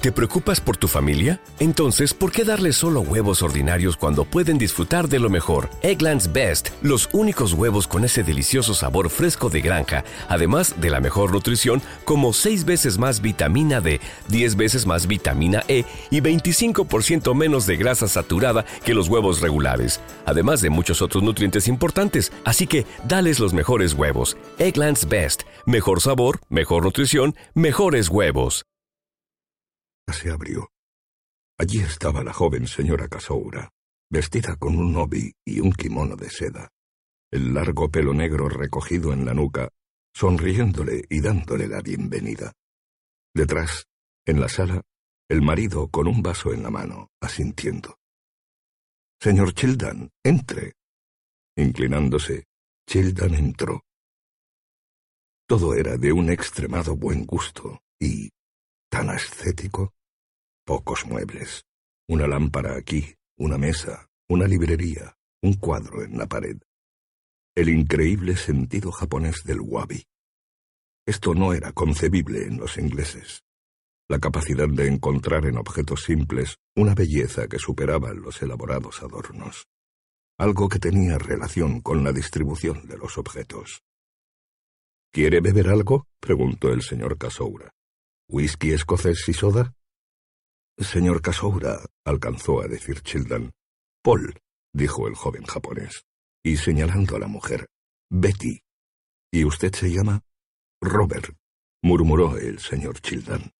¿Te preocupas por tu familia? Entonces, ¿por qué darles solo huevos ordinarios cuando pueden disfrutar de lo mejor? Eggland's Best, los únicos huevos con ese delicioso sabor fresco de granja, además de la mejor nutrición, como 6 veces más vitamina D, 10 veces más vitamina E y 25% menos de grasa saturada que los huevos regulares, además de muchos otros nutrientes importantes. Así que, dales los mejores huevos. Eggland's Best, mejor sabor, mejor nutrición, mejores huevos. Se abrió. Allí estaba la joven señora Kasoura, vestida con un obi y un kimono de seda, el largo pelo negro recogido en la nuca, sonriéndole y dándole la bienvenida. Detrás, en la sala, el marido con un vaso en la mano, asintiendo. «Señor Childan, entre». Inclinándose, Childan entró. Todo era de un extremado buen gusto y tan ascético. Pocos muebles, una lámpara aquí, una mesa, una librería, un cuadro en la pared. El increíble sentido japonés del wabi. Esto no era concebible en los ingleses. La capacidad de encontrar en objetos simples una belleza que superaba los elaborados adornos. Algo que tenía relación con la distribución de los objetos. «¿Quiere beber algo?», preguntó el señor Kasoura. «¿Whisky escocés y soda?» «Señor Kasoura», alcanzó a decir Childan. «Paul», dijo el joven japonés, y señalando a la mujer, «Betty». «¿Y usted se llama?» «Robert», murmuró el señor Childan.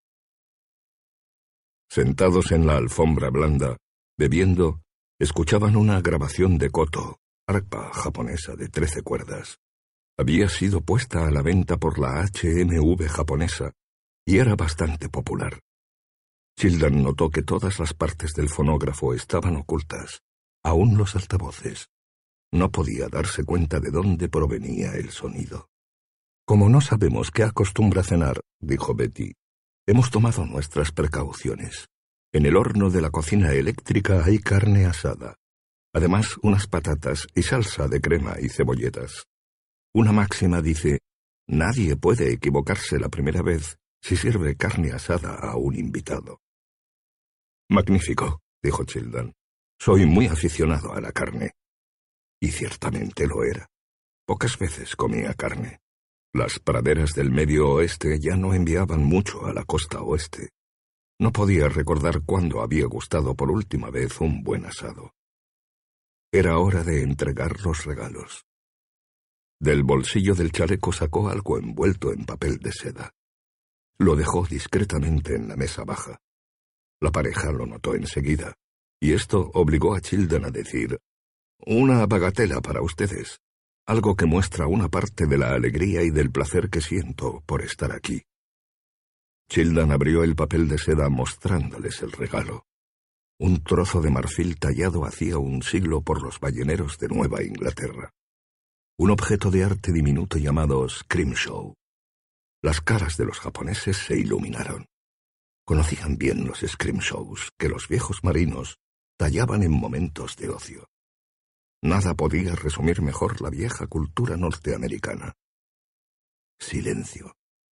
Sentados en la alfombra blanda, bebiendo, escuchaban una grabación de koto, arpa japonesa de 13 cuerdas. Había sido puesta a la venta por la HMV japonesa y era bastante popular. Childan notó que todas las partes del fonógrafo estaban ocultas, aún los altavoces. No podía darse cuenta de dónde provenía el sonido. «Como no sabemos qué acostumbra cenar», dijo Betty, «hemos tomado nuestras precauciones. En el horno de la cocina eléctrica hay carne asada. Además, unas patatas y salsa de crema y cebolletas. Una máxima dice, nadie puede equivocarse la primera vez si sirve carne asada a un invitado». «Magnífico», dijo Childan. «Soy muy aficionado a la carne». Y ciertamente lo era. Pocas veces comía carne. Las praderas del Medio Oeste ya no enviaban mucho a la costa oeste. No podía recordar cuándo había gustado por última vez un buen asado. Era hora de entregar los regalos. Del bolsillo del chaleco sacó algo envuelto en papel de seda. Lo dejó discretamente en la mesa baja. La pareja lo notó enseguida, y esto obligó a Childan a decir, «Una bagatela para ustedes, algo que muestra una parte de la alegría y del placer que siento por estar aquí». Childan abrió el papel de seda mostrándoles el regalo. Un trozo de marfil tallado hacía un siglo por los balleneros de Nueva Inglaterra. Un objeto de arte diminuto llamado scrimshaw. Las caras de los japoneses se iluminaron. Conocían bien los scrimshaws que los viejos marinos tallaban en momentos de ocio. Nada podía resumir mejor la vieja cultura norteamericana. Silencio.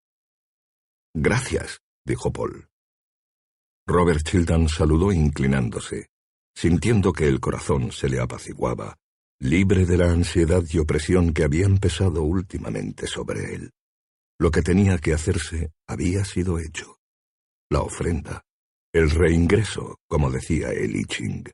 «Gracias», dijo Paul. Robert Childan saludó inclinándose, sintiendo que el corazón se le apaciguaba, libre de la ansiedad y opresión que habían pesado últimamente sobre él. Lo que tenía que hacerse había sido hecho. La ofrenda, el reingreso, como decía el I Ching.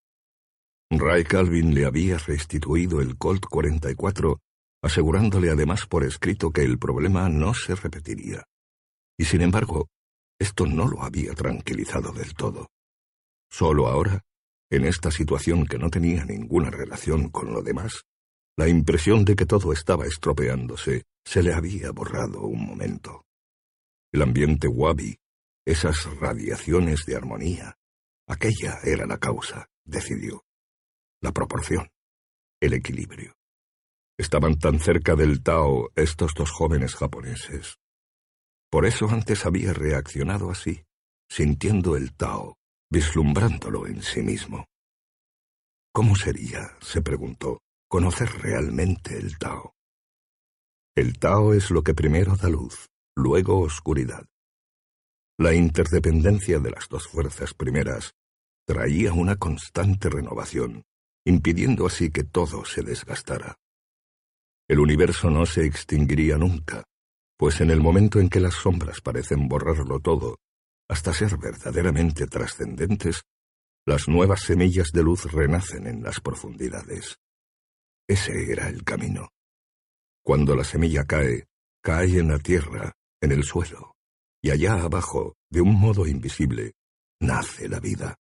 Ray Calvin le había restituido el Colt 44, asegurándole además por escrito que el problema no se repetiría. Y sin embargo, esto no lo había tranquilizado del todo. Solo ahora, en esta situación que no tenía ninguna relación con lo demás, la impresión de que todo estaba estropeándose se le había borrado un momento. El ambiente wabi, esas radiaciones de armonía, aquella era la causa, decidió. La proporción, el equilibrio. Estaban tan cerca del Tao estos dos jóvenes japoneses. Por eso antes había reaccionado así, sintiendo el Tao, vislumbrándolo en sí mismo. ¿Cómo sería, se preguntó, conocer realmente el Tao? El Tao es lo que primero da luz, luego oscuridad. La interdependencia de las dos fuerzas primeras traía una constante renovación, impidiendo así que todo se desgastara. El universo no se extinguiría nunca, pues en el momento en que las sombras parecen borrarlo todo, hasta ser verdaderamente trascendentes, las nuevas semillas de luz renacen en las profundidades. Ese era el camino. Cuando la semilla cae, cae en la tierra, en el suelo, y allá abajo, de un modo invisible, nace la vida.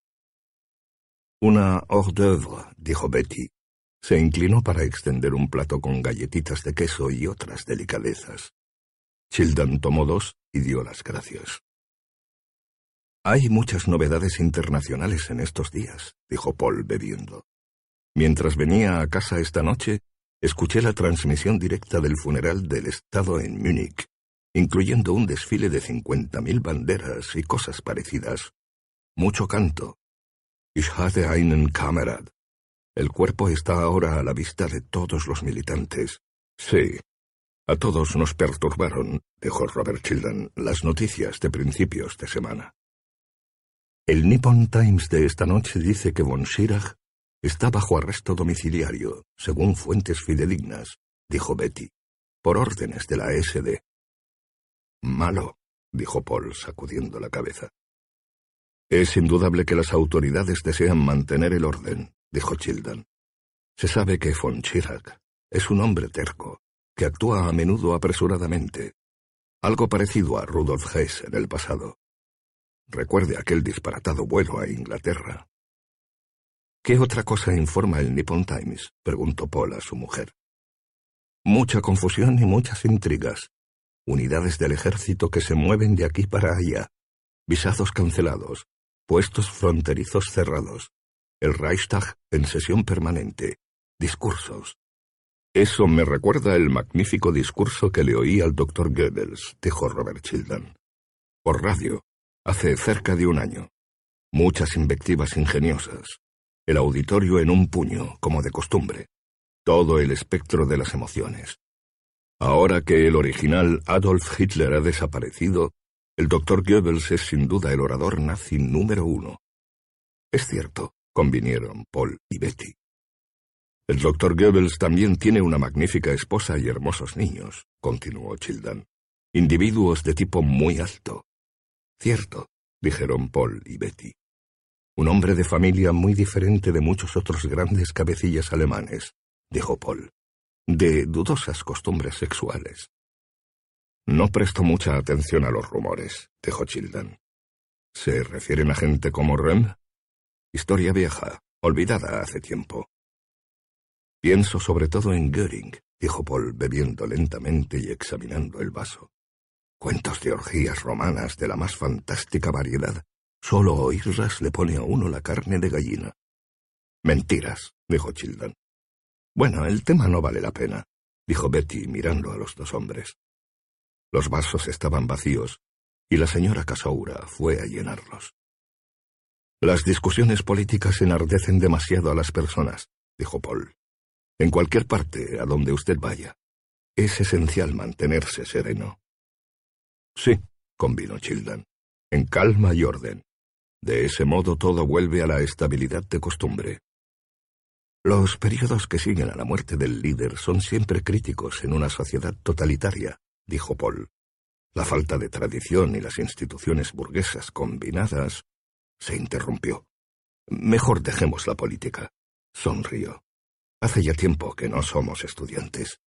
Una hors d'oeuvre, dijo Betty. Se inclinó para extender un plato con galletitas de queso y otras delicadezas. Childan tomó 2 y dio las gracias. Hay muchas novedades internacionales en estos días, dijo Paul bebiendo. Mientras venía a casa esta noche, escuché la transmisión directa del funeral del Estado en Múnich, incluyendo un desfile de 50.000 banderas y cosas parecidas. Mucho canto. Ich hatte einen Kamerad. El cuerpo está ahora a la vista de todos los militantes. Sí. A todos nos perturbaron, dijo Robert Childan, las noticias de principios de semana. El Nippon Times de esta noche dice que von Schirach está bajo arresto domiciliario, según fuentes fidedignas, dijo Betty, por órdenes de la SD. Malo, dijo Paul, sacudiendo la cabeza. Es indudable que las autoridades desean mantener el orden, dijo Childan. Se sabe que von Schirach es un hombre terco, que actúa a menudo apresuradamente, algo parecido a Rudolf Hess en el pasado. Recuerde aquel disparatado vuelo a Inglaterra. ¿Qué otra cosa informa el Nippon Times?, preguntó Paul a su mujer. Mucha confusión y muchas intrigas. Unidades del ejército que se mueven de aquí para allá. Visados cancelados. Puestos fronterizos cerrados. El Reichstag en sesión permanente. Discursos. Eso me recuerda el magnífico discurso que le oí al Dr. Goebbels, dijo Robert Childan. Por radio, hace cerca de un año. Muchas invectivas ingeniosas. El auditorio en un puño, como de costumbre. Todo el espectro de las emociones. Ahora que el original Adolf Hitler ha desaparecido, el Dr. Goebbels es sin duda el orador nazi número 1. Es cierto, convinieron Paul y Betty. El Dr. Goebbels también tiene una magnífica esposa y hermosos niños, continuó Childan. Individuos de tipo muy alto. Cierto, dijeron Paul y Betty. Un hombre de familia muy diferente de muchos otros grandes cabecillas alemanes, dijo Paul. De dudosas costumbres sexuales. No presto mucha atención a los rumores, dijo Childan. ¿Se refieren a gente como Röhm? Historia vieja, olvidada hace tiempo. Pienso sobre todo en Göring, dijo Paul bebiendo lentamente y examinando el vaso. Cuentos de orgías romanas de la más fantástica variedad. Solo oírlas le pone a uno la carne de gallina. Mentiras, dijo Childan. Bueno, el tema no vale la pena, dijo Betty mirando a los dos hombres. Los vasos estaban vacíos y la señora Casaura fue a llenarlos. Las discusiones políticas enardecen demasiado a las personas, dijo Paul. En cualquier parte a donde usted vaya, es esencial mantenerse sereno. Sí, convino Childan, en calma y orden. De ese modo todo vuelve a la estabilidad de costumbre. Los periodos que siguen a la muerte del líder son siempre críticos en una sociedad totalitaria, dijo Paul. La falta de tradición y las instituciones burguesas combinadas... Se interrumpió. Mejor dejemos la política. Sonrió. Hace ya tiempo que no somos estudiantes.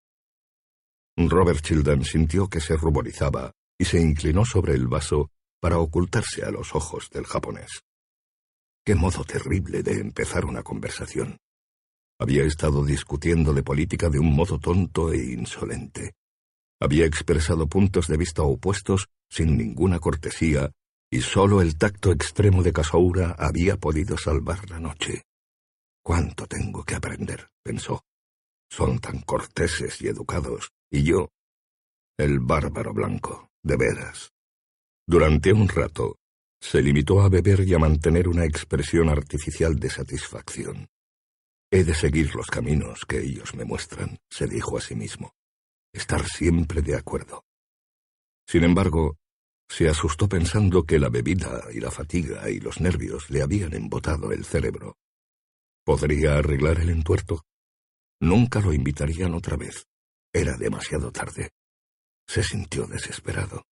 Robert Childan sintió que se ruborizaba y se inclinó sobre el vaso para ocultarse a los ojos del japonés. Qué modo terrible de empezar una conversación. Había estado discutiendo de política de un modo tonto e insolente. Había expresado puntos de vista opuestos sin ninguna cortesía, y solo el tacto extremo de Casaura había podido salvar la noche. «¿Cuánto tengo que aprender?», pensó. «Son tan corteses y educados, y yo, el bárbaro blanco, de veras». Durante un rato, se limitó a beber y a mantener una expresión artificial de satisfacción. «He de seguir los caminos que ellos me muestran», se dijo a sí mismo. «Estar siempre de acuerdo». Sin embargo, Se asustó pensando que la bebida y la fatiga y los nervios le habían embotado el cerebro. ¿Podría arreglar el entuerto? Nunca lo invitarían otra vez. Era demasiado tarde. Se sintió desesperado.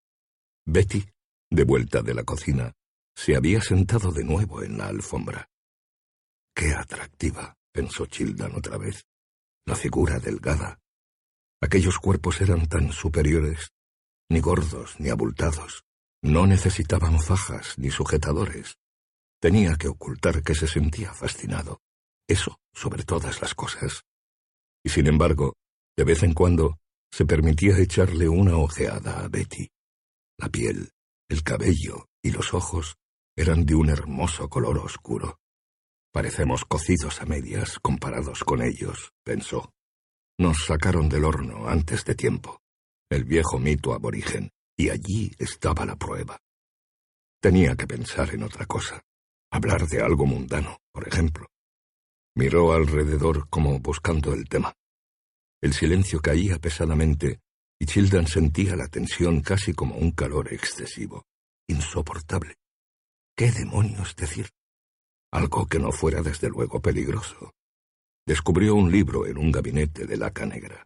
Betty, de vuelta de la cocina, se había sentado de nuevo en la alfombra. «Qué atractiva», pensó Childan otra vez. La figura delgada. Aquellos cuerpos eran tan superiores, ni gordos ni abultados. No necesitaban fajas ni sujetadores. Tenía que ocultar que se sentía fascinado. Eso sobre todas las cosas. Y sin embargo, de vez en cuando, se permitía echarle una ojeada a Betty. La piel, el cabello y los ojos eran de un hermoso color oscuro. «Parecemos cocidos a medias comparados con ellos», pensó. «Nos sacaron del horno antes de tiempo, el viejo mito aborigen, y allí estaba la prueba». Tenía que pensar en otra cosa, hablar de algo mundano, por ejemplo. Miró alrededor como buscando el tema. El silencio caía pesadamente y Childan sentía la tensión casi como un calor excesivo, insoportable. ¿Qué demonios decir? Algo que no fuera desde luego peligroso. Descubrió un libro en un gabinete de laca negra.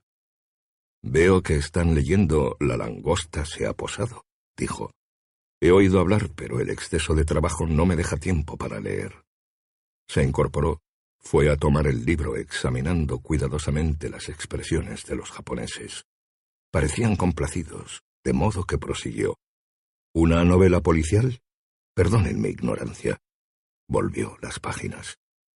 «Veo que están leyendo La langosta se ha posado», dijo. «He oído hablar, pero el exceso de trabajo no me deja tiempo para leer». Se incorporó, fue a tomar el libro examinando cuidadosamente las expresiones de los japoneses. Parecían complacidos, de modo que prosiguió. «¿Una novela policial? Perdonen mi ignorancia». Volvió las páginas.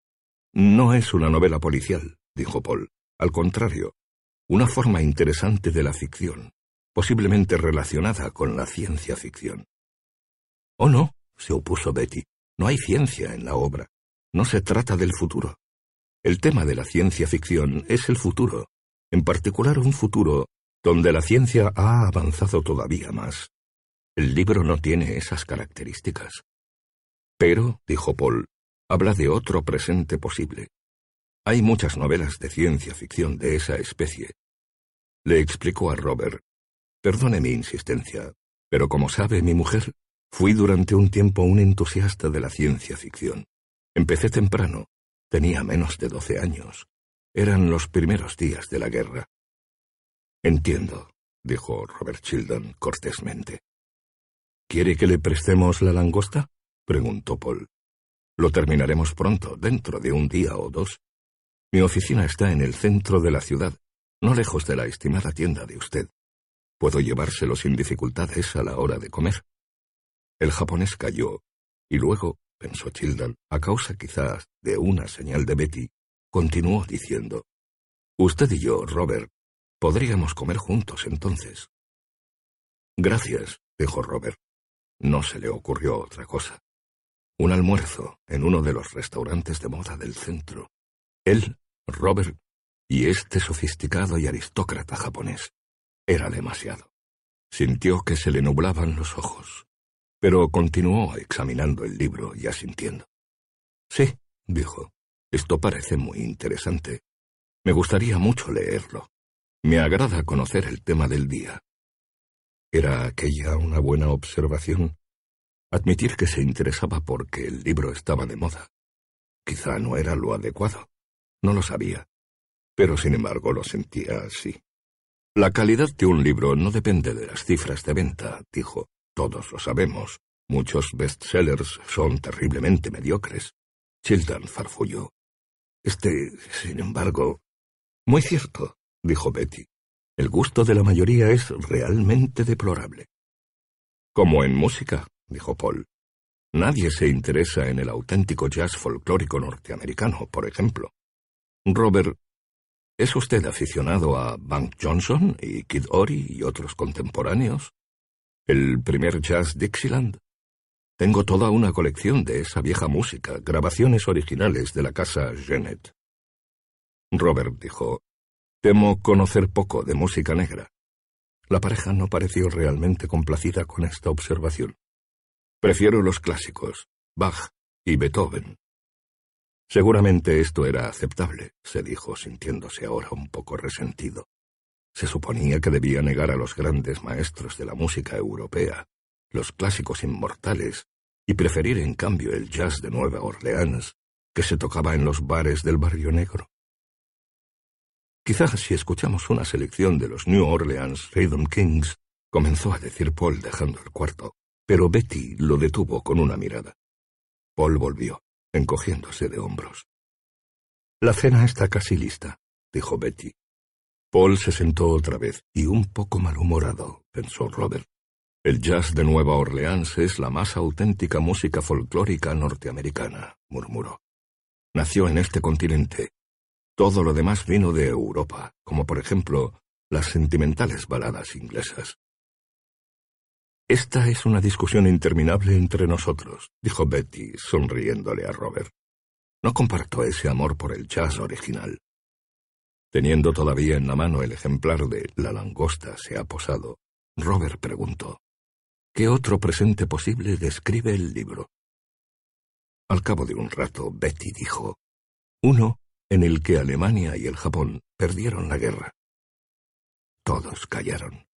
«No es una novela policial», dijo Paul. «Al contrario, una forma interesante de la ficción, posiblemente relacionada con la ciencia ficción». «Oh, no», se opuso Betty. «No hay ciencia en la obra. No se trata del futuro. El tema de la ciencia ficción es el futuro, en particular un futuro donde la ciencia ha avanzado todavía más. El libro no tiene esas características». «Pero», dijo Paul, «habla de otro presente posible. Hay muchas novelas de ciencia ficción de esa especie». Le explicó a Robert. «Perdone mi insistencia, pero como sabe mi mujer, fui durante un tiempo un entusiasta de la ciencia ficción. Empecé temprano. Tenía menos de 12 años. Eran los primeros días de la guerra». «Entiendo», dijo Robert Childan cortésmente. «¿Quiere que le prestemos la langosta?», preguntó Paul. «Lo terminaremos pronto, dentro de un día o dos. Mi oficina está en el centro de la ciudad, no lejos de la estimada tienda de usted. Puedo llevárselo sin dificultades a la hora de comer». El japonés calló, y luego, pensó Childan, a causa quizás de una señal de Betty, continuó diciendo: «Usted y yo, Robert, podríamos comer juntos entonces». «Gracias», dijo Robert. No se le ocurrió otra cosa. Un almuerzo en uno de los restaurantes de moda del centro. Él, Robert, y este sofisticado y aristócrata japonés. Era demasiado. Sintió que se le nublaban los ojos, pero continuó examinando el libro y asintiendo. «Sí», dijo, «esto parece muy interesante. Me gustaría mucho leerlo. Me agrada conocer el tema del día». ¿Era aquella una buena observación? Admitir que se interesaba porque el libro estaba de moda. Quizá no era lo adecuado. No lo sabía. Pero sin embargo lo sentía así. «La calidad de un libro no depende de las cifras de venta», dijo. «Todos lo sabemos. Muchos bestsellers son terriblemente mediocres». Childan farfulló. «Sin embargo...» «Muy cierto», dijo Betty. «El gusto de la mayoría es realmente deplorable». «Como en música», dijo Paul. «Nadie se interesa en el auténtico jazz folclórico norteamericano, por ejemplo. Robert, ¿es usted aficionado a Bank Johnson y Kid Ory y otros contemporáneos? ¿El primer jazz Dixieland? Tengo toda una colección de esa vieja música, grabaciones originales de la casa Genet». Robert dijo: «Temo conocer poco de música negra». La pareja no pareció realmente complacida con esta observación. «Prefiero los clásicos, Bach y Beethoven». Seguramente esto era aceptable, se dijo, sintiéndose ahora un poco resentido. Se suponía que debía negar a los grandes maestros de la música europea, los clásicos inmortales, y preferir en cambio el jazz de Nueva Orleans, que se tocaba en los bares del Barrio Negro? Quizás si escuchamos una selección de los New Orleans Rhythm Kings, comenzó a decir Paul dejando el cuarto, pero Betty lo detuvo con una mirada. Paul volvió, encogiéndose de hombros. «La cena está casi lista», dijo Betty. Paul se sentó otra vez, y un poco malhumorado, pensó Robert. «El jazz de Nueva Orleans es la más auténtica música folclórica norteamericana», murmuró. «Nació en este continente. Todo lo demás vino de Europa, como por ejemplo las sentimentales baladas inglesas». «Esta es una discusión interminable entre nosotros», dijo Betty, sonriéndole a Robert. «No comparto ese amor por el jazz original». Teniendo todavía en la mano el ejemplar de La langosta se ha posado, Robert preguntó: «¿Qué otro presente posible describe el libro?». Al cabo de un rato, Betty dijo: «Uno en el que Alemania y el Japón perdieron la guerra». Todos callaron.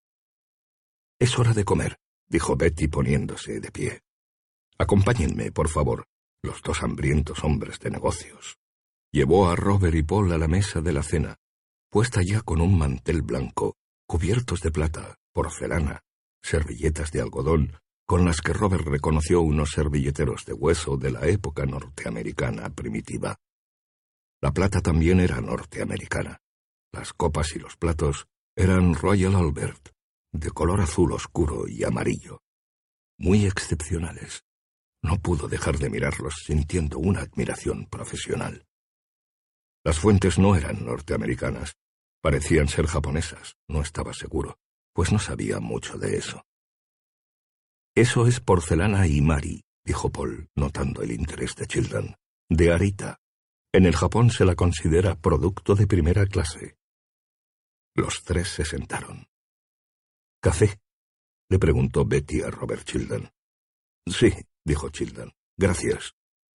«Es hora de comer», dijo Betty poniéndose de pie. «Acompáñenme, por favor, los dos hambrientos hombres de negocios». Llevó a Robert y Paul a la mesa de la cena, puesta ya con un mantel blanco, cubiertos de plata, porcelana, servilletas de algodón, con las que Robert reconoció unos servilleteros de hueso de la época norteamericana primitiva. La plata también era norteamericana. Las copas y los platos eran Royal Albert, de color azul oscuro y amarillo. Muy excepcionales. No pudo dejar de mirarlos sintiendo una admiración profesional. Las fuentes no eran norteamericanas. Parecían ser japonesas, no estaba seguro, pues no sabía mucho de eso. «Eso es porcelana Imari», dijo Paul, notando el interés de Childan, «de Arita. En el Japón se la considera producto de primera clase». Los tres se sentaron. «¿Café?», le preguntó Betty a Robert Childan. «Sí», dijo Childan, «gracias».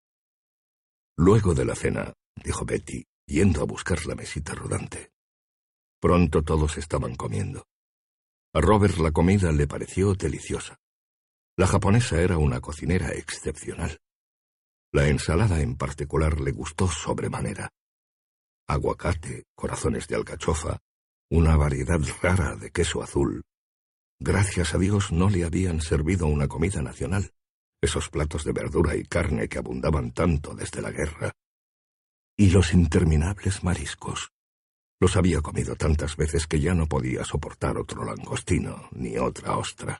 «Luego de la cena», dijo Betty, yendo a buscar la mesita rodante. Pronto todos estaban comiendo. A Robert la comida le pareció deliciosa. La japonesa era una cocinera excepcional. La ensalada en particular le gustó sobremanera. Aguacate, corazones de alcachofa, una variedad rara de queso azul. Gracias a Dios no le habían servido una comida nacional, esos platos de verdura y carne que abundaban tanto desde la guerra. Y los interminables mariscos. Los había comido tantas veces que ya no podía soportar otro langostino ni otra ostra.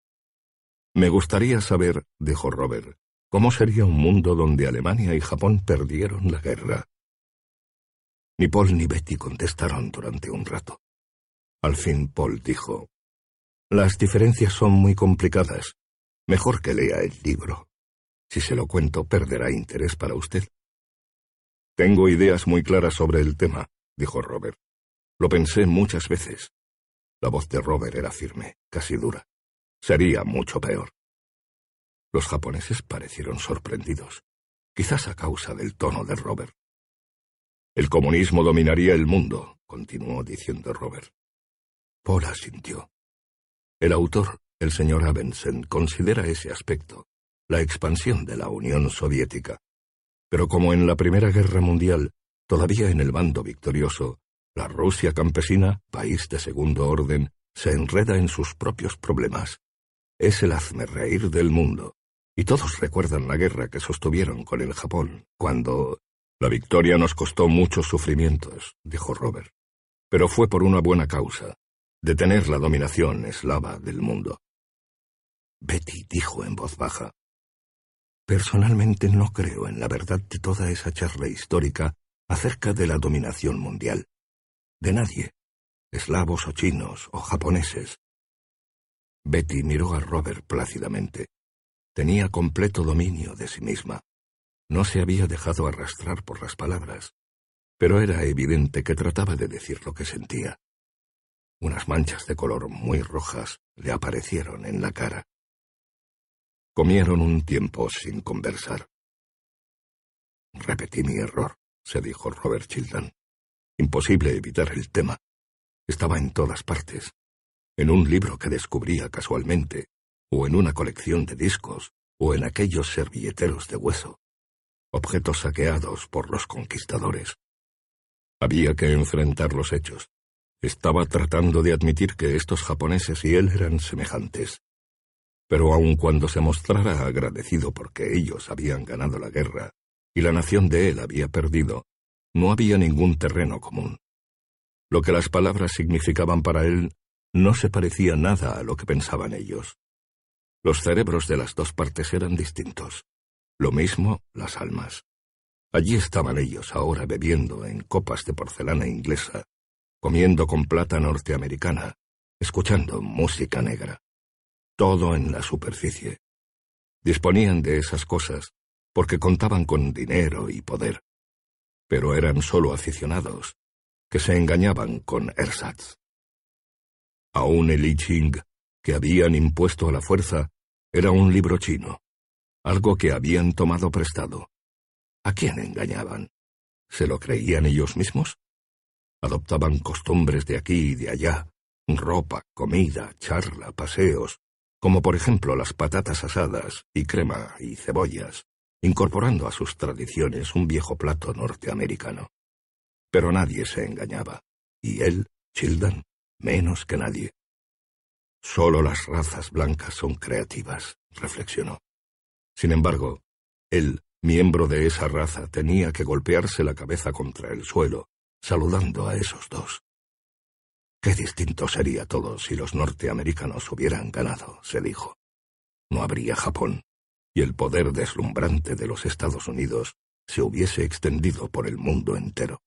«Me gustaría saber», dijo Robert, «cómo sería un mundo donde Alemania y Japón perdieron la guerra». Ni Paul ni Betty contestaron durante un rato. Al fin Paul dijo: «Las diferencias son muy complicadas. Mejor que lea el libro. Si se lo cuento, perderá interés para usted». «Tengo ideas muy claras sobre el tema», dijo Robert. «Lo pensé muchas veces». La voz de Robert era firme, casi dura. «Sería mucho peor». Los japoneses parecieron sorprendidos, quizás a causa del tono de Robert. «El comunismo dominaría el mundo», continuó diciendo Robert. Paul asintió. El autor, el señor Abensen, considera ese aspecto, la expansión de la Unión Soviética. Pero como en la Primera Guerra Mundial, todavía en el bando victorioso, la Rusia campesina, país de segundo orden, se enreda en sus propios problemas. Es el hazmerreír del mundo, y todos recuerdan la guerra que sostuvieron con el Japón, cuando... «La victoria nos costó muchos sufrimientos», dijo Robert, «pero fue por una buena causa, detener la dominación eslava del mundo». Betty dijo en voz baja: «Personalmente no creo en la verdad de toda esa charla histórica acerca de la dominación mundial. De nadie, eslavos o chinos o japoneses». Betty miró a Robert plácidamente. Tenía completo dominio de sí misma. No se había dejado arrastrar por las palabras, pero era evidente que trataba de decir lo que sentía. Unas manchas de color muy rojas le aparecieron en la cara. Comieron un tiempo sin conversar. «Repetí mi error», se dijo Robert Childan. «Imposible evitar el tema. Estaba en todas partes. En un libro que descubría casualmente, o en una colección de discos, o en aquellos servilleteros de hueso, objetos saqueados por los conquistadores. Había que enfrentar los hechos. Estaba tratando de admitir que estos japoneses y él eran semejantes. Pero aun cuando se mostrara agradecido porque ellos habían ganado la guerra y la nación de él había perdido, no había ningún terreno común. Lo que las palabras significaban para él no se parecía nada a lo que pensaban ellos. Los cerebros de las dos partes eran distintos. Lo mismo las almas. Allí estaban ellos ahora bebiendo en copas de porcelana inglesa, comiendo con plata norteamericana, escuchando música negra. Todo en la superficie. Disponían de esas cosas porque contaban con dinero y poder. Pero eran solo aficionados, que se engañaban con ersatz. Aún el I Ching, que habían impuesto a la fuerza, era un libro chino, algo que habían tomado prestado. ¿A quién engañaban? ¿Se lo creían ellos mismos? Adoptaban costumbres de aquí y de allá, ropa, comida, charla, paseos, como por ejemplo las patatas asadas y crema y cebollas, incorporando a sus tradiciones un viejo plato norteamericano. Pero nadie se engañaba, y él, Childan, menos que nadie. Solo las razas blancas son creativas, reflexionó. Sin embargo, él, miembro de esa raza, tenía que golpearse la cabeza contra el suelo, saludando a esos dos. Qué distinto sería todo si los norteamericanos hubieran ganado, se dijo. No habría Japón, y el poder deslumbrante de los Estados Unidos se hubiese extendido por el mundo entero.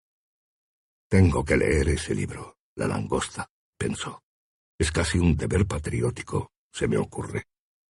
Tengo que leer ese libro, La langosta, pensó. Es casi un deber patriótico, se me ocurre.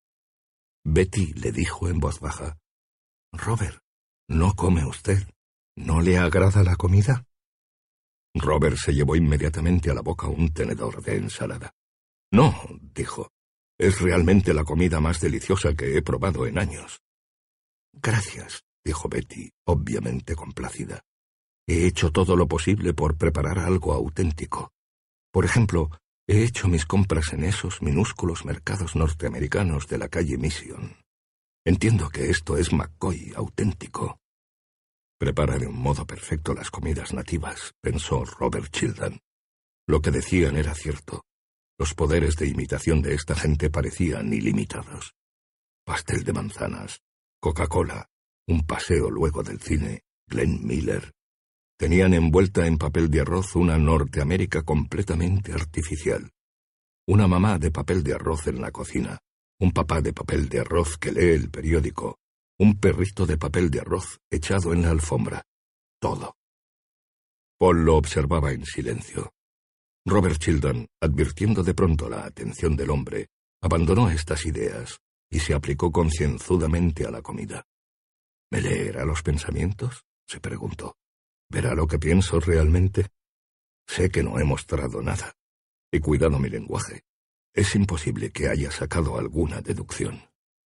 Betty le dijo en voz baja: «Robert, ¿no come usted? ¿No le agrada la comida?» Robert se llevó inmediatamente a la boca un tenedor de ensalada. «No», dijo, «es realmente la comida más deliciosa que he probado en años». «Gracias», dijo Betty, obviamente complacida. «He hecho todo lo posible por preparar algo auténtico. Por ejemplo, he hecho mis compras en esos minúsculos mercados norteamericanos de la calle Mission. Entiendo que esto es McCoy auténtico». «Prepara de un modo perfecto las comidas nativas», pensó Robert Childan. Lo que decían era cierto. Los poderes de imitación de esta gente parecían ilimitados. Pastel de manzanas, Coca-Cola, un paseo luego del cine, Glenn Miller. Tenían envuelta en papel de arroz una Norteamérica completamente artificial. Una mamá de papel de arroz en la cocina, un papá de papel de arroz que lee el periódico, un perrito de papel de arroz echado en la alfombra. Todo. Paul lo observaba en silencio. Robert Childan, advirtiendo de pronto la atención del hombre, abandonó estas ideas y se aplicó concienzudamente a la comida. ¿Me leerá los pensamientos?, se preguntó. ¿Verá lo que pienso realmente? Sé que no he mostrado nada. He cuidado mi lenguaje. Es imposible que haya sacado alguna deducción.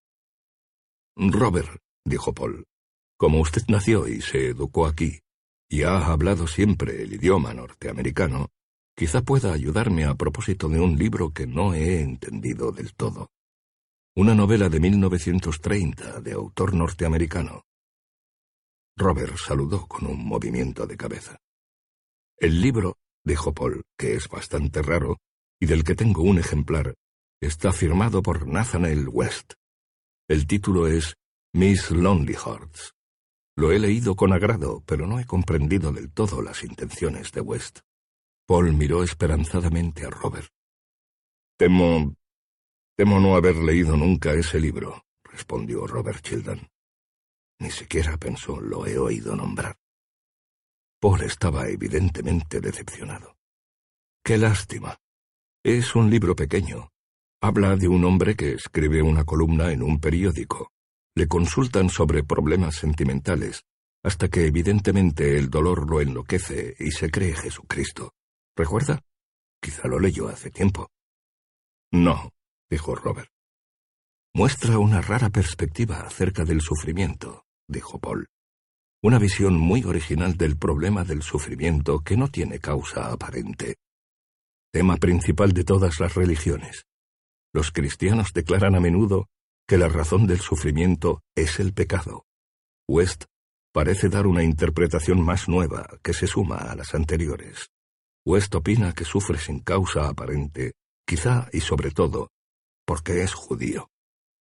«Robert», dijo Paul, «como usted nació y se educó aquí, y ha hablado siempre el idioma norteamericano, quizá pueda ayudarme a propósito de un libro que no he entendido del todo. Una novela de 1930 de autor norteamericano». Robert saludó con un movimiento de cabeza. «El libro», dijo Paul, «que es bastante raro, y del que tengo un ejemplar, está firmado por Nathanael West. El título es Miss Lonely Hearts. Lo he leído con agrado, pero no he comprendido del todo las intenciones de West». Paul miró esperanzadamente a Robert. Temo no haber leído nunca ese libro», respondió Robert Childan. «Ni siquiera pensó, lo he oído nombrar». Paul estaba evidentemente decepcionado. «Qué lástima. Es un libro pequeño. Habla de un hombre que escribe una columna en un periódico. Le consultan sobre problemas sentimentales, hasta que evidentemente el dolor lo enloquece y se cree Jesucristo. ¿Recuerda? Quizá lo leyó hace tiempo». «No», dijo Robert. «Muestra una rara perspectiva acerca del sufrimiento», dijo Paul. «Una visión muy original del problema del sufrimiento que no tiene causa aparente. Tema principal de todas las religiones. Los cristianos declaran a menudo que la razón del sufrimiento es el pecado. West parece dar una interpretación más nueva que se suma a las anteriores. West opina que sufre sin causa aparente, quizá y sobre todo, porque es judío.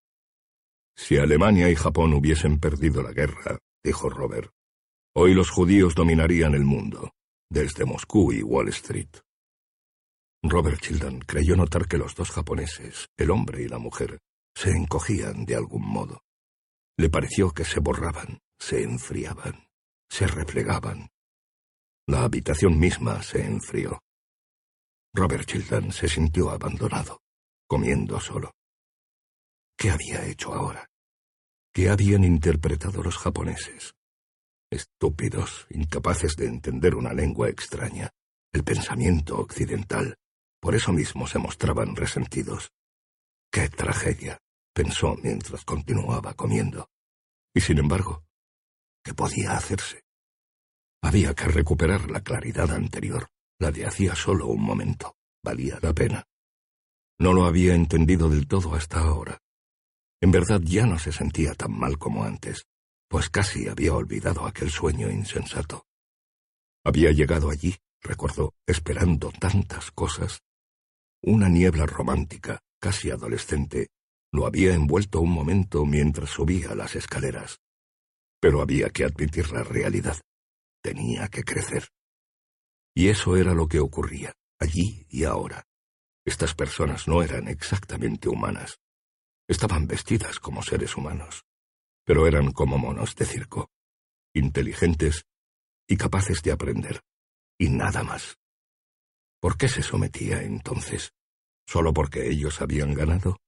Si Alemania y Japón hubiesen perdido la guerra, dijo Robert, hoy los judíos dominarían el mundo, desde Moscú y Wall Street. Robert Childan creyó notar que los dos japoneses, el hombre y la mujer, se encogían de algún modo. Le pareció que se borraban, se enfriaban, se replegaban. La habitación misma se enfrió. Robert Childan se sintió abandonado, comiendo solo. ¿Qué había hecho ahora? ¿Qué habían interpretado los japoneses? Estúpidos, incapaces de entender una lengua extraña, el pensamiento occidental. Por eso mismo se mostraban resentidos. ¡Qué tragedia!, pensó mientras continuaba comiendo. Y sin embargo, ¿qué podía hacerse? Había que recuperar la claridad anterior, la de hacía solo un momento. Valía la pena. No lo había entendido del todo hasta ahora. En verdad ya no se sentía tan mal como antes, pues casi había olvidado aquel sueño insensato. Había llegado allí, recordó, esperando tantas cosas. Una niebla romántica, casi adolescente, lo había envuelto un momento mientras subía las escaleras. Pero había que admitir la realidad. Tenía que crecer. Y eso era lo que ocurría, allí y ahora. Estas personas no eran exactamente humanas. Estaban vestidas como seres humanos, pero eran como monos de circo, inteligentes y capaces de aprender, y nada más. ¿Por qué se sometía entonces? ¿Solo porque ellos habían ganado?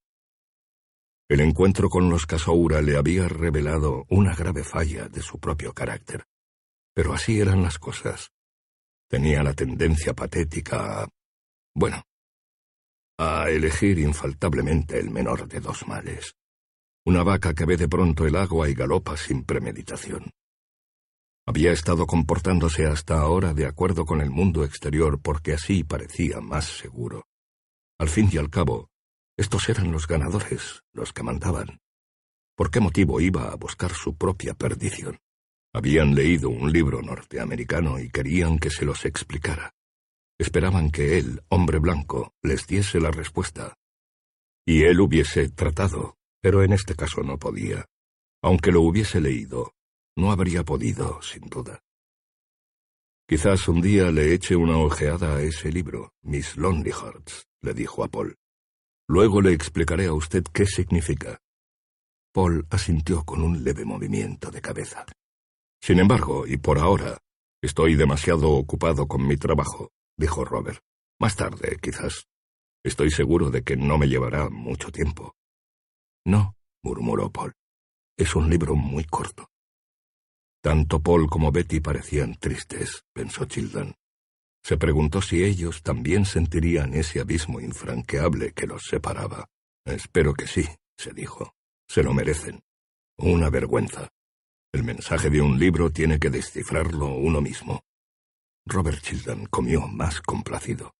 El encuentro con los Kasoura le había revelado una grave falla de su propio carácter. Pero así eran las cosas. Tenía la tendencia patética a elegir infaltablemente el menor de dos males. Una vaca que ve de pronto el agua y galopa sin premeditación. Había estado comportándose hasta ahora de acuerdo con el mundo exterior porque así parecía más seguro. Al fin y al cabo, estos eran los ganadores, los que mandaban. ¿Por qué motivo iba a buscar su propia perdición? Habían leído un libro norteamericano y querían que se los explicara. Esperaban que él, hombre blanco, les diese la respuesta. Y él hubiese tratado, pero en este caso no podía. Aunque lo hubiese leído, no habría podido, sin duda. Quizás un día le eche una ojeada a ese libro, Miss Lonely Hearts, le dijo a Paul. Luego le explicaré a usted qué significa. Paul asintió con un leve movimiento de cabeza. Sin embargo, y por ahora, estoy demasiado ocupado con mi trabajo, dijo Robert. Más tarde, quizás. Estoy seguro de que no me llevará mucho tiempo. No, murmuró Paul. Es un libro muy corto. Tanto Paul como Betty parecían tristes, pensó Childan. Se preguntó si ellos también sentirían ese abismo infranqueable que los separaba. Espero que sí, se dijo. Se lo merecen. Una vergüenza. El mensaje de un libro tiene que descifrarlo uno mismo. Robert Childan comió más complacido.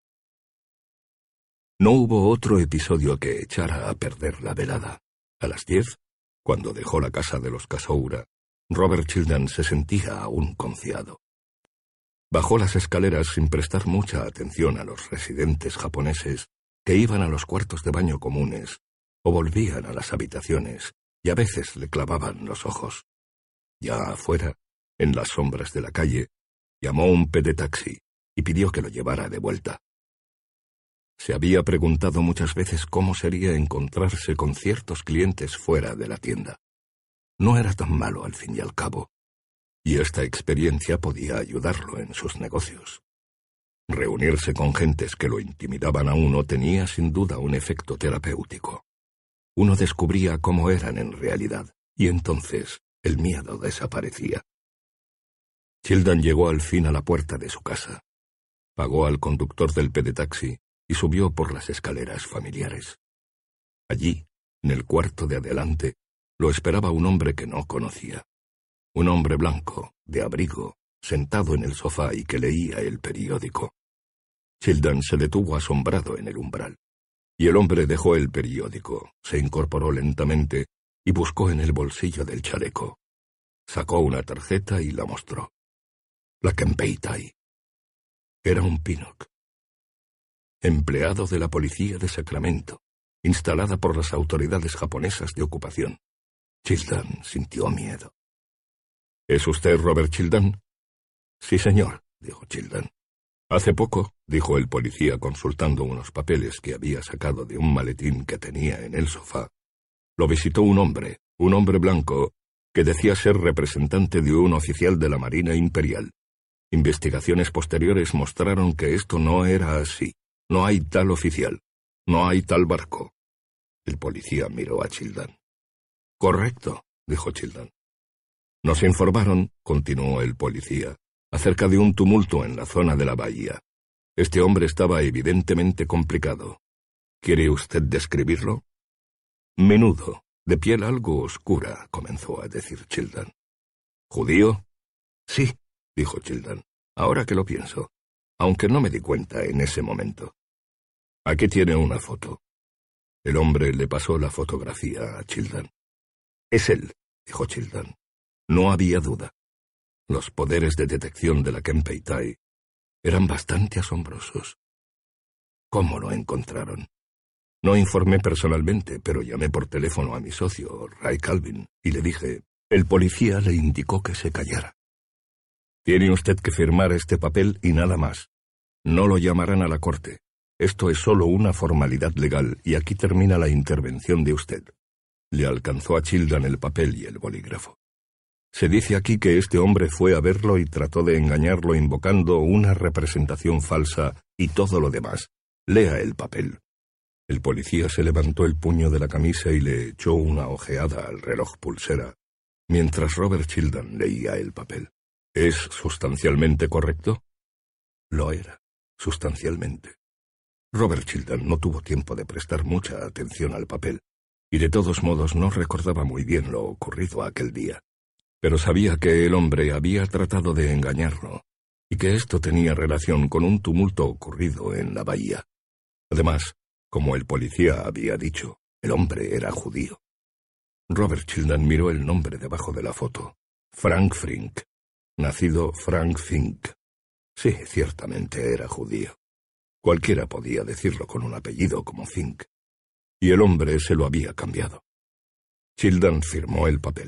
No hubo otro episodio que echara a perder la velada. A las 10, cuando dejó la casa de los Kasoura, Robert Childan se sentía aún confiado. Bajó las escaleras sin prestar mucha atención a los residentes japoneses que iban a los cuartos de baño comunes o volvían a las habitaciones y a veces le clavaban los ojos. Ya afuera, en las sombras de la calle, llamó un pedetaxi y pidió que lo llevara de vuelta. Se había preguntado muchas veces cómo sería encontrarse con ciertos clientes fuera de la tienda. No era tan malo al fin y al cabo, y esta experiencia podía ayudarlo en sus negocios. Reunirse con gentes que lo intimidaban a uno tenía sin duda un efecto terapéutico. Uno descubría cómo eran en realidad, y entonces el miedo desaparecía. Childan llegó al fin a la puerta de su casa. Pagó al conductor del pedetaxi y subió por las escaleras familiares. Allí, en el cuarto de adelante, lo esperaba un hombre que no conocía. Un hombre blanco, de abrigo, sentado en el sofá y que leía el periódico. Childan se detuvo asombrado en el umbral. Y el hombre dejó el periódico, se incorporó lentamente y buscó en el bolsillo del chaleco. Sacó una tarjeta y la mostró. La Kempeitai. Era un Pinnock. Empleado de la policía de Sacramento, instalada por las autoridades japonesas de ocupación. Childan sintió miedo. ¿Es usted Robert Childan? Sí, señor, dijo Childan. Hace poco, dijo el policía consultando unos papeles que había sacado de un maletín que tenía en el sofá, lo visitó un hombre blanco, que decía ser representante de un oficial de la Marina Imperial. Investigaciones posteriores mostraron que esto no era así. No hay tal oficial. No hay tal barco. El policía miró a Childan. Correcto, dijo Childan. Nos informaron, continuó el policía, acerca de un tumulto en la zona de la bahía. Este hombre estaba evidentemente complicado. ¿Quiere usted describirlo? Menudo, de piel algo oscura, comenzó a decir Childan. ¿Judío? Sí, dijo Childan, ahora que lo pienso, aunque no me di cuenta en ese momento. Aquí tiene una foto. El hombre le pasó la fotografía a Childan. Es él, dijo Childan. No había duda. Los poderes de detección de la Kempeitai eran bastante asombrosos. ¿Cómo lo encontraron? No informé personalmente, pero llamé por teléfono a mi socio, Ray Calvin, y le dije. El policía le indicó que se callara. Tiene usted que firmar este papel y nada más. No lo llamarán a la corte. Esto es solo una formalidad legal y aquí termina la intervención de usted. Le alcanzó a Childan el papel y el bolígrafo. Se dice aquí que este hombre fue a verlo y trató de engañarlo invocando una representación falsa y todo lo demás. Lea el papel. El policía se levantó el puño de la camisa y le echó una ojeada al reloj pulsera, mientras Robert Childan leía el papel. ¿Es sustancialmente correcto? Lo era, sustancialmente. Robert Childan no tuvo tiempo de prestar mucha atención al papel, y de todos modos no recordaba muy bien lo ocurrido aquel día. Pero sabía que el hombre había tratado de engañarlo, y que esto tenía relación con un tumulto ocurrido en la bahía. Además, como el policía había dicho, el hombre era judío. Robert Childan miró el nombre debajo de la foto. Frank Fink. Nacido Frank Fink. Sí, ciertamente era judío. Cualquiera podía decirlo con un apellido como Fink. Y el hombre se lo había cambiado. Childan firmó el papel.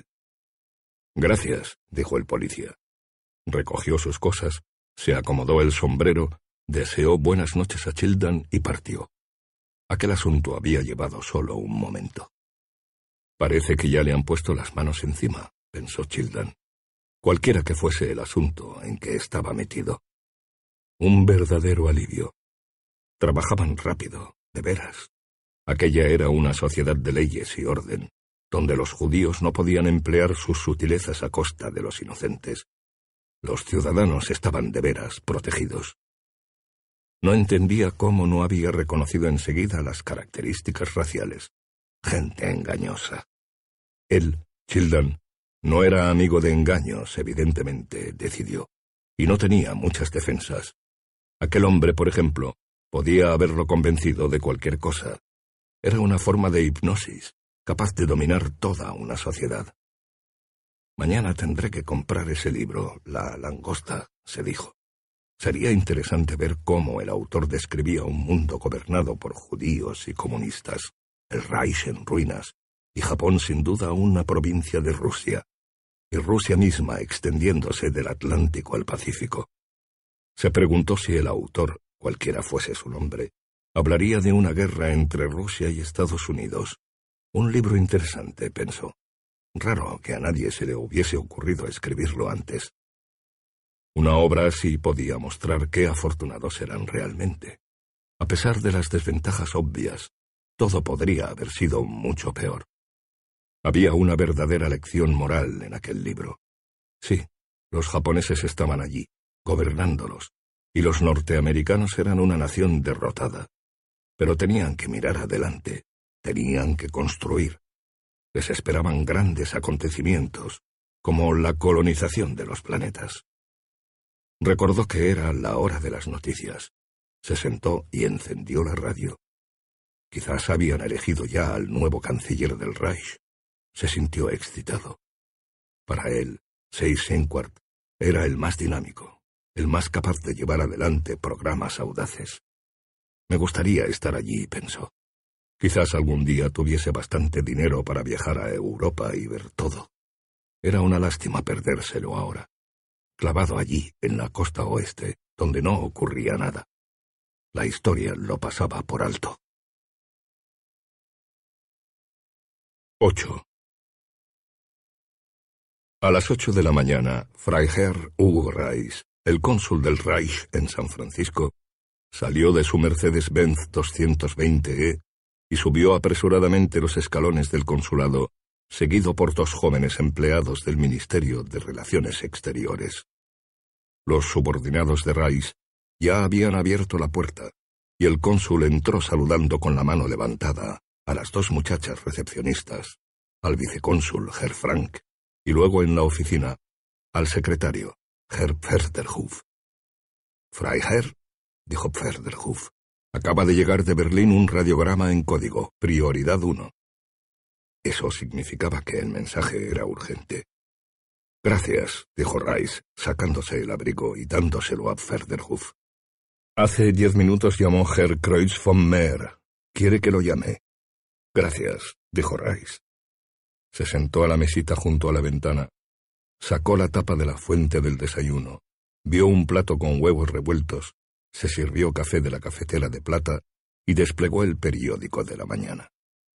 Gracias, dijo el policía. Recogió sus cosas, se acomodó el sombrero, deseó buenas noches a Childan y partió. Aquel asunto había llevado solo un momento. Parece que ya le han puesto las manos encima, pensó Childan. Cualquiera que fuese el asunto en que estaba metido. Un verdadero alivio. Trabajaban rápido, de veras. Aquella era una sociedad de leyes y orden, donde los judíos no podían emplear sus sutilezas a costa de los inocentes. Los ciudadanos estaban de veras protegidos. No entendía cómo no había reconocido enseguida las características raciales. Gente engañosa. Él, Childan, no era amigo de engaños, evidentemente, decidió, y no tenía muchas defensas. Aquel hombre, por ejemplo, podía haberlo convencido de cualquier cosa. Era una forma de hipnosis, capaz de dominar toda una sociedad. Mañana tendré que comprar ese libro, La langosta, se dijo. Sería interesante ver cómo el autor describía un mundo gobernado por judíos y comunistas, el Reich en ruinas, y Japón sin duda una provincia de Rusia, y Rusia misma extendiéndose del Atlántico al Pacífico. Se preguntó si el autor, cualquiera fuese su nombre, hablaría de una guerra entre Rusia y Estados Unidos. Un libro interesante, pensó. Raro que a nadie se le hubiese ocurrido escribirlo antes. Una obra así podía mostrar qué afortunados eran realmente. A pesar de las desventajas obvias, todo podría haber sido mucho peor. Había una verdadera lección moral en aquel libro. Sí, los japoneses estaban allí, gobernándolos, y los norteamericanos eran una nación derrotada. Pero tenían que mirar adelante, tenían que construir. Les esperaban grandes acontecimientos, como la colonización de los planetas. Recordó que era la hora de las noticias. Se sentó y encendió la radio. Quizás habían elegido ya al nuevo canciller del Reich. Se sintió excitado. Para él, Seyss-Inquart era el más dinámico, el más capaz de llevar adelante programas audaces. Me gustaría estar allí, pensó. Quizás algún día tuviese bastante dinero para viajar a Europa y ver todo. Era una lástima perdérselo ahora, clavado allí, en la costa oeste, donde no ocurría nada. La historia lo pasaba por alto. 8. A las 8 de la mañana, Freiherr Hugo Reis, el cónsul del Reich en San Francisco, salió de su Mercedes-Benz 220E y subió apresuradamente los escalones del consulado, seguido por 2 jóvenes empleados del Ministerio de Relaciones Exteriores. Los subordinados de Reis ya habían abierto la puerta, y el cónsul entró saludando con la mano levantada a las 2 muchachas recepcionistas, al vicecónsul, Herr Frank, y luego en la oficina, al secretario, Herr Pferderhof. «Freiherr», dijo Pferderhof, «acaba de llegar de Berlín un radiograma en código, prioridad 1». Eso significaba que el mensaje era urgente. «Gracias», dijo Reis, sacándose el abrigo y dándoselo a Pferderhof. «Hace 10 minutos llamó Herr Kreuz von Mehr. ¿Quiere que lo llame?» «Gracias», dijo Reis. Se sentó a la mesita junto a la ventana, sacó la tapa de la fuente del desayuno, vio un plato con huevos revueltos, se sirvió café de la cafetera de plata y desplegó el periódico de la mañana.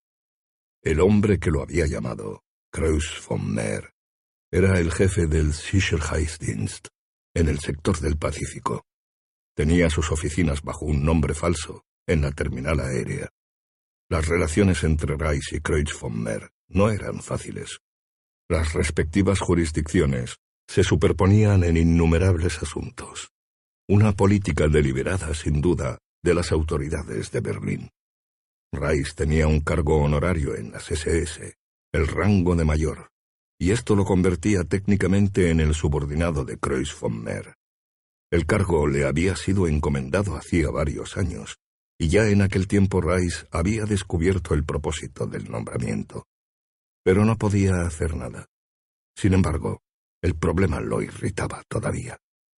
El hombre que lo había llamado, Kreuz von Mehr, era el jefe del Sicherheitsdienst en el sector del Pacífico. Tenía sus oficinas bajo un nombre falso en la terminal aérea. Las relaciones entre Reis y Kreuz von Mehr no eran fáciles. Las respectivas jurisdicciones se superponían en innumerables asuntos. Una política deliberada, sin duda, de las autoridades de Berlín. Reis tenía un cargo honorario en las SS, el rango de mayor, y esto lo convertía técnicamente en el subordinado de Kreuz von Mehr. El cargo le había sido encomendado hacía varios años, y ya en aquel tiempo Reis había descubierto el propósito del nombramiento. Pero no podía hacer nada. Sin embargo, el problema lo irritaba todavía.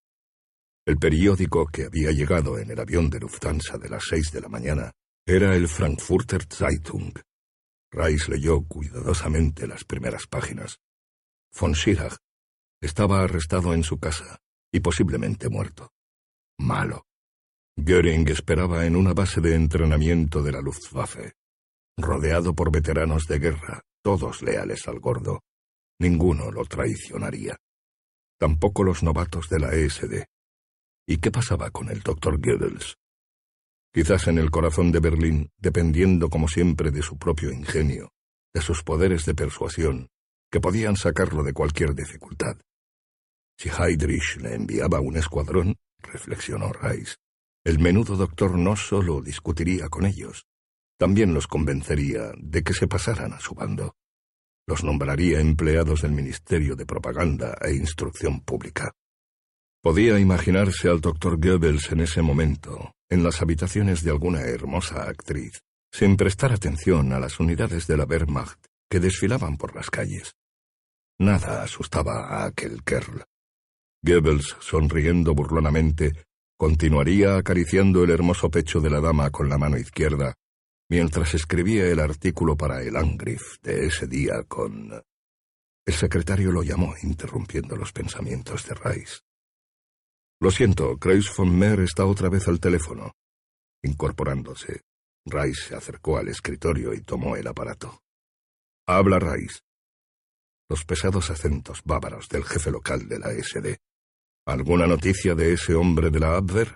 El periódico que había llegado en el avión de Lufthansa de las 6 de la mañana era el Frankfurter Zeitung. Reis leyó cuidadosamente las primeras páginas. Von Schirach estaba arrestado en su casa y posiblemente muerto. Malo. Göring esperaba en una base de entrenamiento de la Luftwaffe, rodeado por veteranos de guerra, todos leales al gordo. Ninguno lo traicionaría. Tampoco los novatos de la SD. ¿Y qué pasaba con el Dr. Goebbels? Quizás en el corazón de Berlín, dependiendo como siempre de su propio ingenio, de sus poderes de persuasión, que podían sacarlo de cualquier dificultad. Si Heydrich le enviaba un escuadrón, reflexionó Reis, el menudo doctor no solo discutiría con ellos, también los convencería de que se pasaran a su bando. Los nombraría empleados del Ministerio de Propaganda e Instrucción Pública. Podía imaginarse al Dr. Goebbels en ese momento, en las habitaciones de alguna hermosa actriz, sin prestar atención a las unidades de la Wehrmacht que desfilaban por las calles. Nada asustaba a aquel Kerl. Goebbels, sonriendo burlonamente, continuaría acariciando el hermoso pecho de la dama con la mano izquierda, mientras escribía el artículo para el Angriff de ese día con... El secretario lo llamó, interrumpiendo los pensamientos de Reis. «Lo siento, Kreuz von Mehr está otra vez al teléfono». Incorporándose, Reis se acercó al escritorio y tomó el aparato. «Habla Reis». Los pesados acentos bávaros del jefe local de la SD. «¿Alguna noticia de ese hombre de la Abwehr?»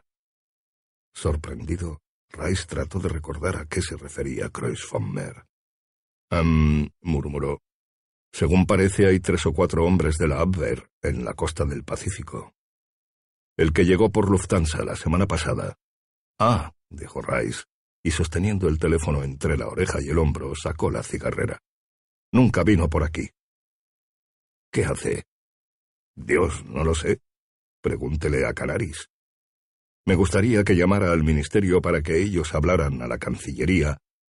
Sorprendido, Reis trató de recordar a qué se refería Kreuz von Mehr. Murmuró. «Según parece hay 3 o 4 hombres de la Abwehr en la costa del Pacífico. El que llegó por Lufthansa la semana pasada». «Ah», dijo Reis, y sosteniendo el teléfono entre la oreja y el hombro, sacó la cigarrera. «Nunca vino por aquí». «¿Qué hace?» «Dios, no lo sé. Pregúntele a Canaris. Me gustaría que llamara al ministerio para que ellos hablaran a la Cancillería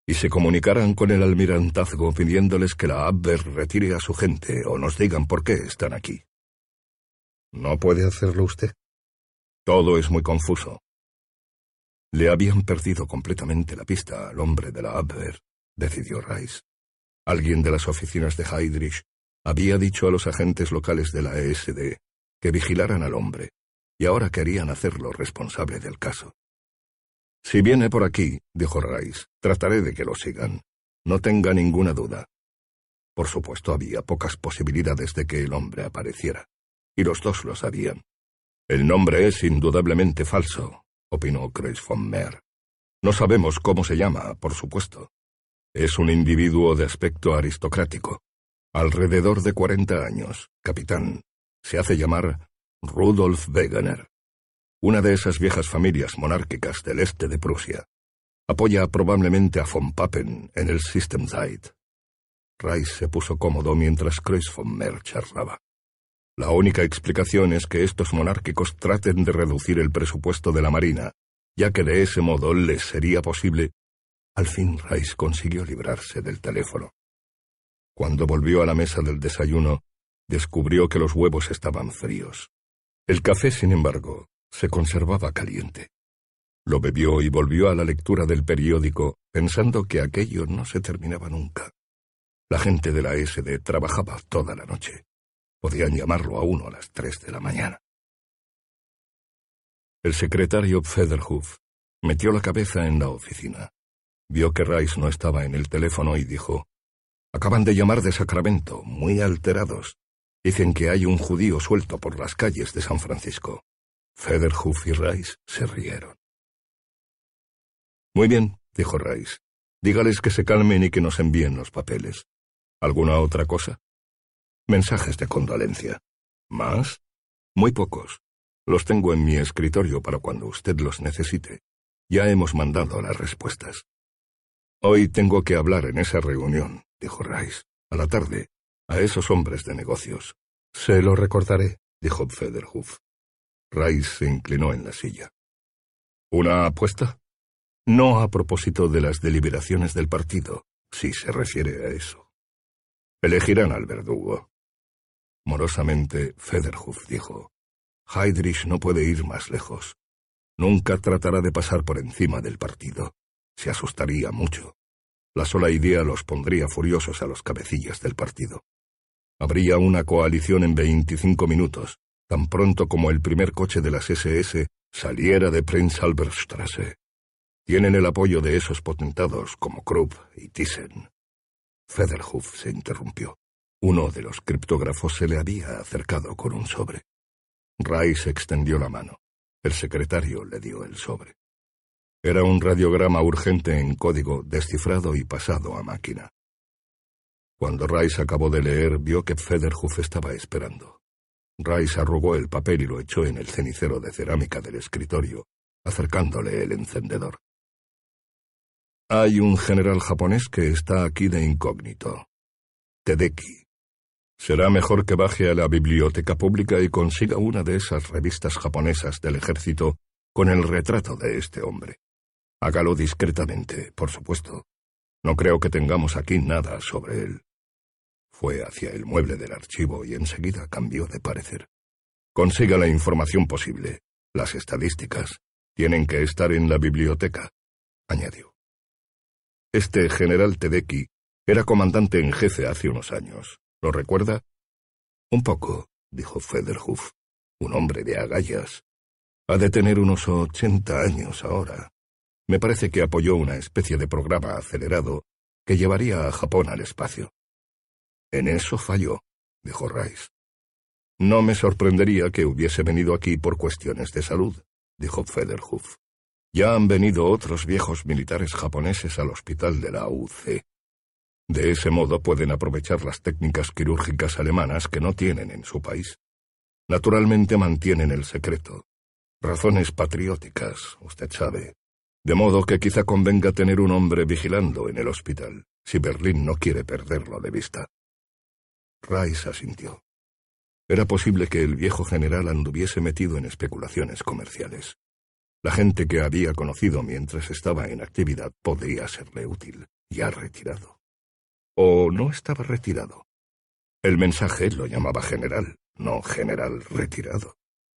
y se comunicaran con el almirantazgo pidiéndoles que la Abwehr retire a su gente o nos digan por qué están aquí. ¿No puede hacerlo usted? Todo es muy confuso. Le habían perdido completamente la pista al hombre de la Abwehr, decidió Rice. Alguien de las oficinas de Heydrich había dicho a los agentes locales de la ESD que vigilaran al hombre, y ahora querían hacerlo responsable del caso. Si viene por aquí, dijo Rice, trataré de que lo sigan. No tenga ninguna duda. Por supuesto, había pocas posibilidades de que el hombre apareciera, y los dos lo sabían. El nombre es indudablemente falso, opinó Kreuz von Mehr. No sabemos cómo se llama, por supuesto. Es un individuo de aspecto aristocrático. Alrededor de 40 años, capitán. Se hace llamar Rudolf Wegener. Una de esas viejas familias monárquicas del este de Prusia. Apoya probablemente a von Papen en el Systemzeit. Rice se puso cómodo mientras Kreuz von Mehr charlaba. La única explicación es que estos monárquicos traten de reducir el presupuesto de la Marina, ya que de ese modo les sería posible. Al fin Rice consiguió librarse del teléfono. Cuando volvió a la mesa del desayuno, descubrió que los huevos estaban fríos. El café, sin embargo, se conservaba caliente. Lo bebió y volvió a la lectura del periódico, pensando que aquello no se terminaba nunca. La gente de la SD trabajaba toda la noche. Podían llamarlo a uno a las 3 de la mañana. El secretario Federhof metió la cabeza en la oficina. Vio que Rice no estaba en el teléfono y dijo: «Acaban de llamar de Sacramento, muy alterados. Dicen que hay un judío suelto por las calles de San Francisco». Federhof y Rice se rieron. «Muy bien», dijo Rice. «Dígales que se calmen y que nos envíen los papeles. ¿Alguna otra cosa?» «Mensajes de condolencia». ¿Más? Muy pocos. Los tengo en mi escritorio para cuando usted los necesite. Ya hemos mandado las respuestas». «Hoy tengo que hablar en esa reunión», dijo Rice, «a la tarde, a esos hombres de negocios». «Se lo recordaré», dijo Federhof. Rice se inclinó en la silla. «¿Una apuesta?» «No a propósito de las deliberaciones del partido, si se refiere a eso. Elegirán al verdugo». Morosamente, Federhof dijo: «Heydrich no puede ir más lejos. Nunca tratará de pasar por encima del partido. Se asustaría mucho. La sola idea los pondría furiosos a los cabecillas del partido. Habría una coalición en 25 minutos, tan pronto como el primer coche de las SS saliera de Prinz-Albert-Straße. Tienen el apoyo de esos potentados como Krupp y Thyssen». Federhof se interrumpió. Uno de los criptógrafos se le había acercado con un sobre. Rice extendió la mano. El secretario le dio el sobre. Era un radiograma urgente en código descifrado y pasado a máquina. Cuando Rice acabó de leer, vio que Federhof estaba esperando. Rice arrugó el papel y lo echó en el cenicero de cerámica del escritorio, acercándole el encendedor. «Hay un general japonés que está aquí de incógnito. Tedeki. Será mejor que baje a la biblioteca pública y consiga una de esas revistas japonesas del ejército con el retrato de este hombre. Hágalo discretamente, por supuesto. No creo que tengamos aquí nada sobre él». Fue hacia el mueble del archivo y enseguida cambió de parecer. «Consiga la información posible. Las estadísticas tienen que estar en la biblioteca», añadió. Este general Tedeki era comandante en jefe hace unos años. ¿Lo recuerda? «Un poco», dijo Federhof. «Un hombre de agallas. Ha de tener unos 80 años ahora. Me parece que apoyó una especie de programa acelerado que llevaría a Japón al espacio». «En eso falló», dijo Rice. «No me sorprendería que hubiese venido aquí por cuestiones de salud», dijo Federhof. «Ya han venido otros viejos militares japoneses al hospital de la UC. De ese modo pueden aprovechar las técnicas quirúrgicas alemanas que no tienen en su país. Naturalmente mantienen el secreto. Razones patrióticas, usted sabe. De modo que quizá convenga tener un hombre vigilando en el hospital, si Berlín no quiere perderlo de vista». Rice asintió. Era posible que el viejo general anduviese metido en especulaciones comerciales. La gente que había conocido mientras estaba en actividad podría serle útil, ya retirado. O no estaba retirado. El mensaje lo llamaba general, no general retirado.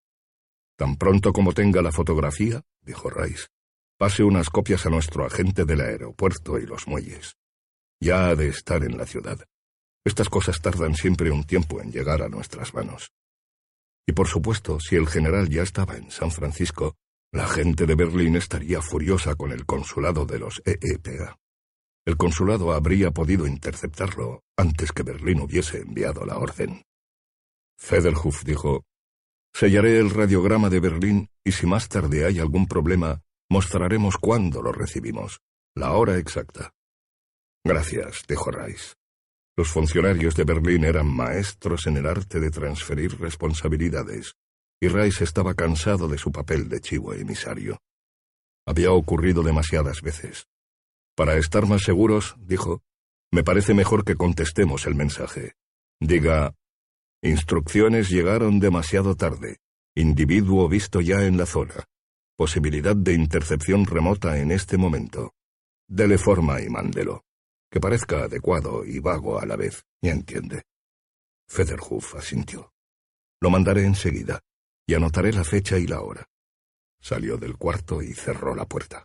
Tan pronto como tenga la fotografía, dijo Rice, pase unas copias a nuestro agente del aeropuerto y los muelles. Ya ha de estar en la ciudad. Estas cosas tardan siempre un tiempo en llegar a nuestras manos. Y por supuesto, si el general ya estaba en San Francisco, la gente de Berlín estaría furiosa con el consulado de los EEPA. El consulado habría podido interceptarlo antes que Berlín hubiese enviado la orden. Federhof dijo: «Sellaré el radiograma de Berlín y si más tarde hay algún problema, mostraremos cuándo lo recibimos, la hora exacta». «Gracias», dijo Rice. Los funcionarios de Berlín eran maestros en el arte de transferir responsabilidades, y Rice estaba cansado de su papel de chivo emisario. Había ocurrido demasiadas veces. «Para estar más seguros», dijo, «me parece mejor que contestemos el mensaje. Diga: instrucciones llegaron demasiado tarde. Individuo visto ya en la zona. Posibilidad de intercepción remota en este momento. Dele forma y mándelo. Que parezca adecuado y vago a la vez, ¿ya entiende?» Federhof asintió. «Lo mandaré enseguida, y anotaré la fecha y la hora». Salió del cuarto y cerró la puerta.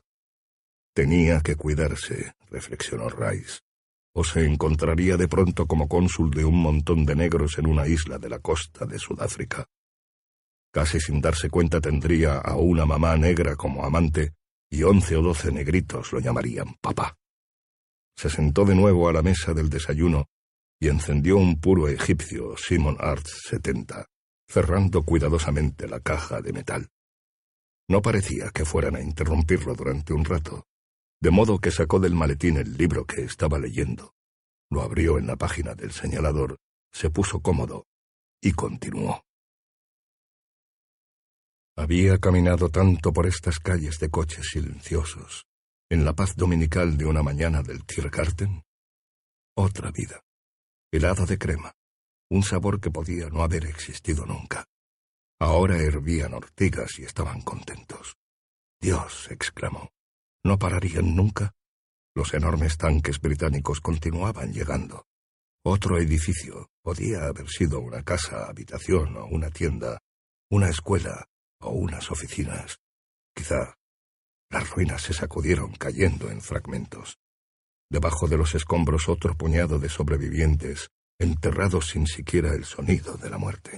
Tenía que cuidarse, reflexionó Rice, o se encontraría de pronto como cónsul de un montón de negros en una isla de la costa de Sudáfrica. Casi sin darse cuenta tendría a una mamá negra como amante, y 11 o 12 negritos lo llamarían papá. Se sentó de nuevo a la mesa del desayuno y encendió un puro egipcio Simon Arts 70, cerrando cuidadosamente la caja de metal. No parecía que fueran a interrumpirlo durante un rato, de modo que sacó del maletín el libro que estaba leyendo, lo abrió en la página del señalador, se puso cómodo y continuó. Había caminado tanto por estas calles de coches silenciosos, en la paz dominical de una mañana del Tiergarten. Otra vida, helado de crema, un sabor que podía no haber existido nunca. Ahora hervían ortigas y estaban contentos. «Dios», exclamó, «¿no pararían nunca?» Los enormes tanques británicos continuaban llegando. Otro edificio podía haber sido una casa, habitación o una tienda, una escuela o unas oficinas. Quizá las ruinas se sacudieron cayendo en fragmentos. Debajo de los escombros otro puñado de sobrevivientes, enterrados sin siquiera el sonido de la muerte.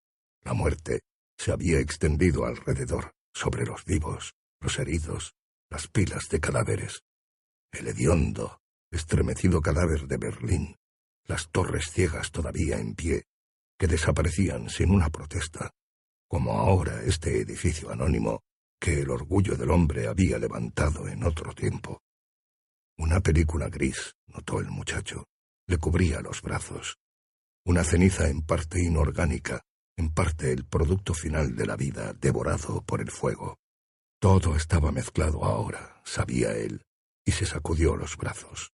La muerte se había extendido alrededor, sobre los vivos, los heridos, las pilas de cadáveres. El hediondo, estremecido cadáver de Berlín, las torres ciegas todavía en pie, que desaparecían sin una protesta, como ahora este edificio anónimo que el orgullo del hombre había levantado en otro tiempo. Una película gris, notó el muchacho, le cubría los brazos. Una ceniza en parte inorgánica, en parte el producto final de la vida devorado por el fuego. Todo estaba mezclado ahora, sabía él, y se sacudió los brazos.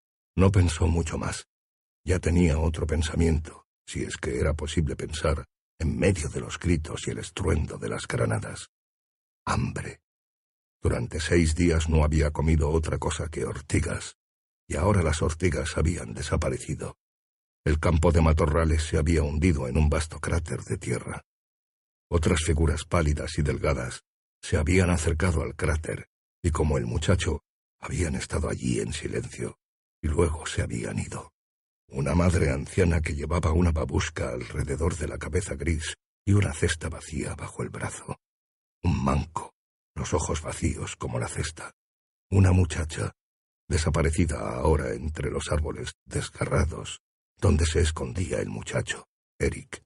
No pensó mucho más. Ya tenía otro pensamiento, si es que era posible pensar, en medio de los gritos y el estruendo de las granadas. Hambre. Durante 6 días no había comido otra cosa que ortigas, y ahora las ortigas habían desaparecido. El campo de matorrales se había hundido en un vasto cráter de tierra. Otras figuras pálidas y delgadas se habían acercado al cráter, y como el muchacho, habían estado allí en silencio, y luego se habían ido. Una madre anciana que llevaba una babusca alrededor de la cabeza gris y una cesta vacía bajo el brazo. Un manco, los ojos vacíos como la cesta. Una muchacha, desaparecida ahora entre los árboles desgarrados, donde se escondía el muchacho, Eric.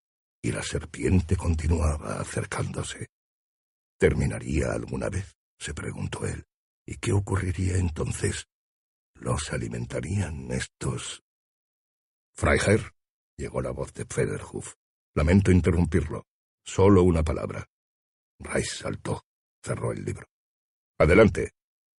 Y la serpiente continuaba acercándose. ¿Terminaría alguna vez?, se preguntó él. ¿Y qué ocurriría entonces? ¿Los alimentarían estos? «Freiherr», llegó la voz de Federhof. «Lamento interrumpirlo. Solo una palabra». Rice saltó, cerró el libro. «Adelante».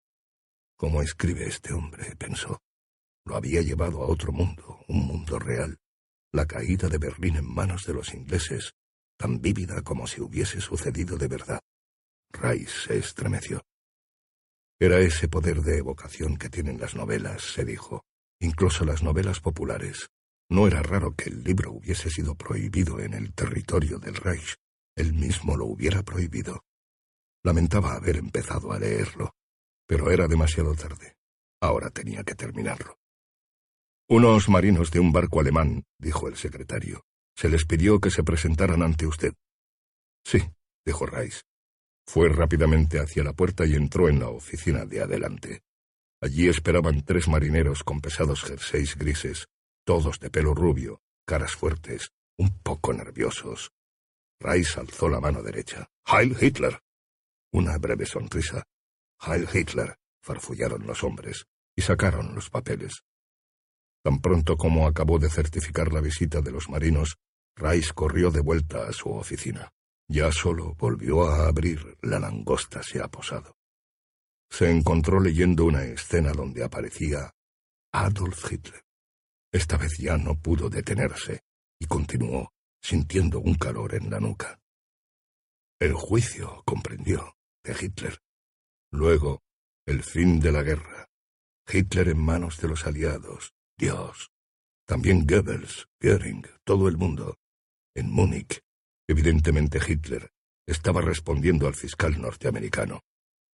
«¿Cómo escribe este hombre?», pensó. Lo había llevado a otro mundo, un mundo real. La caída de Berlín en manos de los ingleses, tan vívida como si hubiese sucedido de verdad. Rice se estremeció. Era ese poder de evocación que tienen las novelas, se dijo, incluso las novelas populares. No era raro que el libro hubiese sido prohibido en el territorio del Reich. Él mismo lo hubiera prohibido. Lamentaba haber empezado a leerlo, pero era demasiado tarde. Ahora tenía que terminarlo. Unos marinos de un barco alemán, dijo el secretario. Se les pidió que se presentaran ante usted. Sí, dijo Rice. Fue rápidamente hacia la puerta y entró en la oficina de adelante. Allí esperaban 3 marineros con pesados jerseys grises, todos de pelo rubio, caras fuertes, un poco nerviosos. Rice alzó la mano derecha. ¡Heil Hitler! Una breve sonrisa. ¡Heil Hitler! Farfullaron los hombres y sacaron los papeles. Tan pronto como acabó de certificar la visita de los marinos, Rice corrió de vuelta a su oficina. Ya solo volvió a abrir, la langosta se ha posado. Se encontró leyendo una escena donde aparecía Adolf Hitler. Esta vez ya no pudo detenerse y continuó, sintiendo un calor en la nuca. El juicio, comprendió, de Hitler. Luego, el fin de la guerra. Hitler en manos de los aliados. Dios. También Goebbels, Göring, todo el mundo. En Múnich, evidentemente Hitler estaba respondiendo al fiscal norteamericano.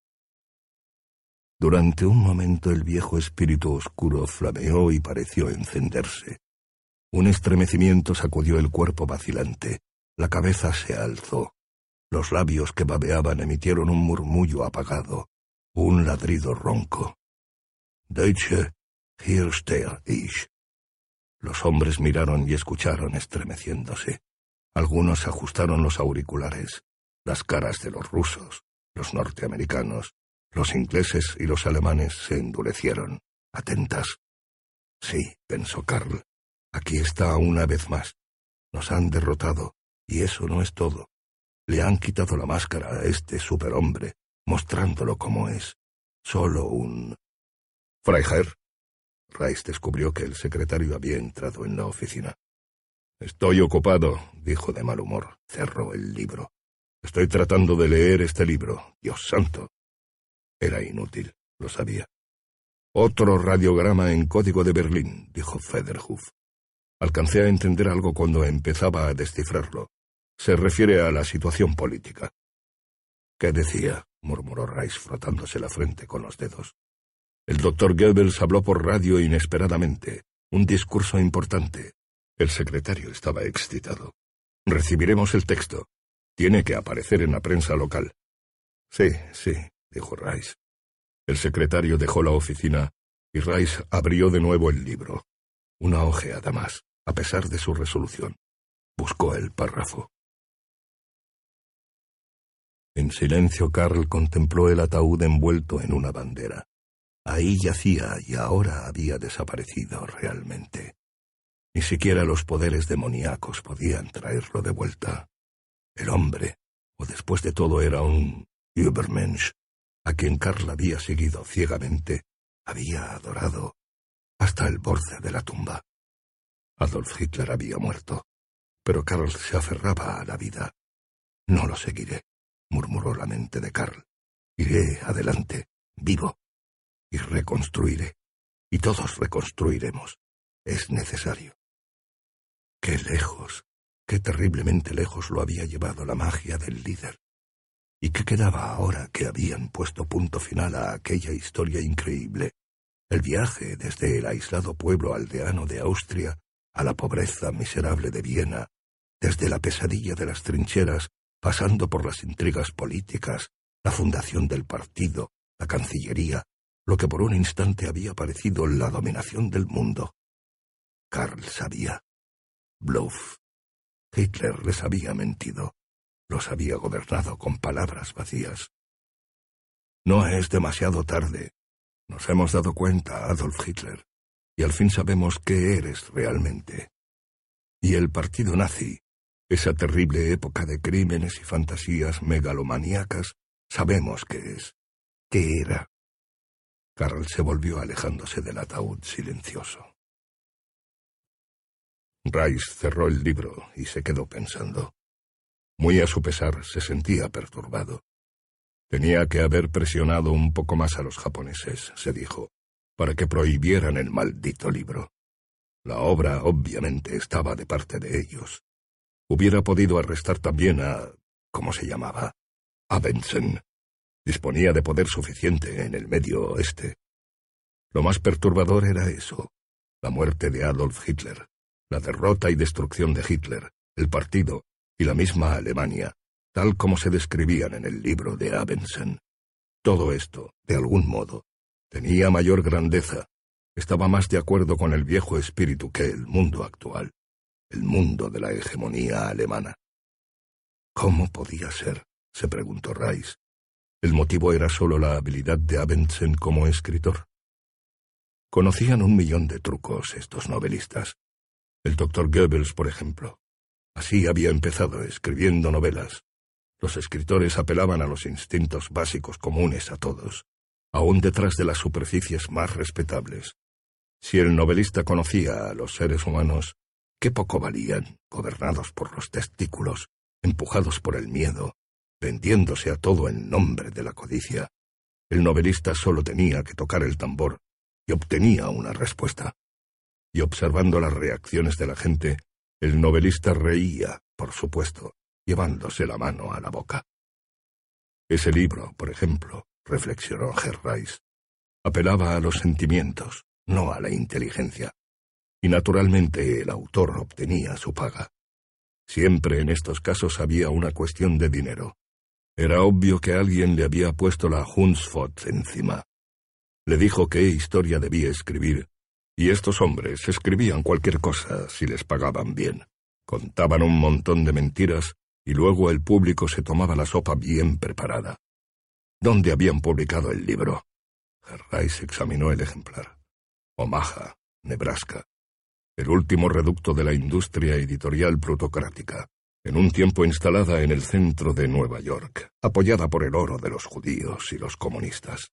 Durante un momento el viejo espíritu oscuro flameó y pareció encenderse. Un estremecimiento sacudió el cuerpo vacilante. La cabeza se alzó. Los labios que babeaban emitieron un murmullo apagado, un ladrido ronco. Deutsche, hier stehe ich. Los hombres miraron y escucharon estremeciéndose. Algunos ajustaron los auriculares. Las caras de los rusos, los norteamericanos, los ingleses y los alemanes se endurecieron, atentas. Sí, pensó Karl, aquí está una vez más. Nos han derrotado, y eso no es todo. Le han quitado la máscara a este superhombre, mostrándolo como es. Solo un... Freiherr. Rice descubrió que el secretario había entrado en la oficina. Estoy ocupado, dijo de mal humor. Cerró el libro. Estoy tratando de leer este libro. Dios santo. Era inútil, lo sabía. Otro radiograma en código de Berlín, dijo Federhof. Alcancé a entender algo cuando empezaba a descifrarlo. Se refiere a la situación política. ¿Qué decía?, murmuró Rice frotándose la frente con los dedos. El doctor Goebbels habló por radio inesperadamente. Un discurso importante. El secretario estaba excitado. Recibiremos el texto. Tiene que aparecer en la prensa local. Sí, dijo Rice. El secretario dejó la oficina y Rice abrió de nuevo el libro. Una ojeada más, a pesar de su resolución. Buscó el párrafo. En silencio Karl contempló el ataúd envuelto en una bandera. Ahí yacía y ahora había desaparecido realmente. Ni siquiera los poderes demoníacos podían traerlo de vuelta. El hombre, o después de todo era un Übermensch, a quien Karl había seguido ciegamente, había adorado hasta el borde de la tumba. Adolf Hitler había muerto, pero Karl se aferraba a la vida. No lo seguiré, murmuró la mente de Karl. Iré adelante, vivo, y reconstruiré, y todos reconstruiremos. Es necesario. Qué lejos, qué terriblemente lejos lo había llevado la magia del líder. ¿Y qué quedaba ahora que habían puesto punto final a aquella historia increíble? El viaje desde el aislado pueblo aldeano de Austria a la pobreza miserable de Viena, desde la pesadilla de las trincheras, pasando por las intrigas políticas, la fundación del partido, la cancillería, lo que por un instante había parecido la dominación del mundo. Karl sabía. Bluff. Hitler les había mentido. Los había gobernado con palabras vacías. No es demasiado tarde. Nos hemos dado cuenta, Adolf Hitler, y al fin sabemos qué eres realmente. Y el partido nazi, esa terrible época de crímenes y fantasías megalomaníacas, sabemos qué es, qué era. Karl se volvió alejándose del ataúd silencioso. Rice cerró el libro y se quedó pensando. Muy a su pesar, se sentía perturbado. Tenía que haber presionado un poco más a los japoneses, se dijo, para que prohibieran el maldito libro. La obra, obviamente, estaba de parte de ellos. Hubiera podido arrestar también a... ¿cómo se llamaba? Abensen. Disponía de poder suficiente en el Medio Oeste. Lo más perturbador era eso, la muerte de Adolf Hitler, la derrota y destrucción de Hitler, el partido y la misma Alemania, tal como se describían en el libro de Abensen. Todo esto, de algún modo, tenía mayor grandeza, estaba más de acuerdo con el viejo espíritu que el mundo actual, el mundo de la hegemonía alemana. ¿Cómo podía ser?, se preguntó Rice. ¿El motivo era solo la habilidad de Abensen como escritor? Conocían 1.000.000 de trucos estos novelistas. El Dr. Goebbels, por ejemplo. Así había empezado, escribiendo novelas. Los escritores apelaban a los instintos básicos comunes a todos, aún detrás de las superficies más respetables. Si el novelista conocía a los seres humanos, qué poco valían, gobernados por los testículos, empujados por el miedo, vendiéndose a todo en nombre de la codicia. El novelista solo tenía que tocar el tambor y obtenía una respuesta. Y observando las reacciones de la gente, el novelista reía, por supuesto, llevándose la mano a la boca. Ese libro, por ejemplo, reflexionó Herr Rice, apelaba a los sentimientos, no a la inteligencia. Y naturalmente el autor obtenía su paga. Siempre en estos casos había una cuestión de dinero. Era obvio que alguien le había puesto la Hundsfott encima. Le dijo qué historia debía escribir, y estos hombres escribían cualquier cosa si les pagaban bien. Contaban un montón de mentiras, y luego el público se tomaba la sopa bien preparada. ¿Dónde habían publicado el libro? Herr Rice examinó el ejemplar. Omaha, Nebraska. El último reducto de la industria editorial plutocrática, en un tiempo instalada en el centro de Nueva York, apoyada por el oro de los judíos y los comunistas.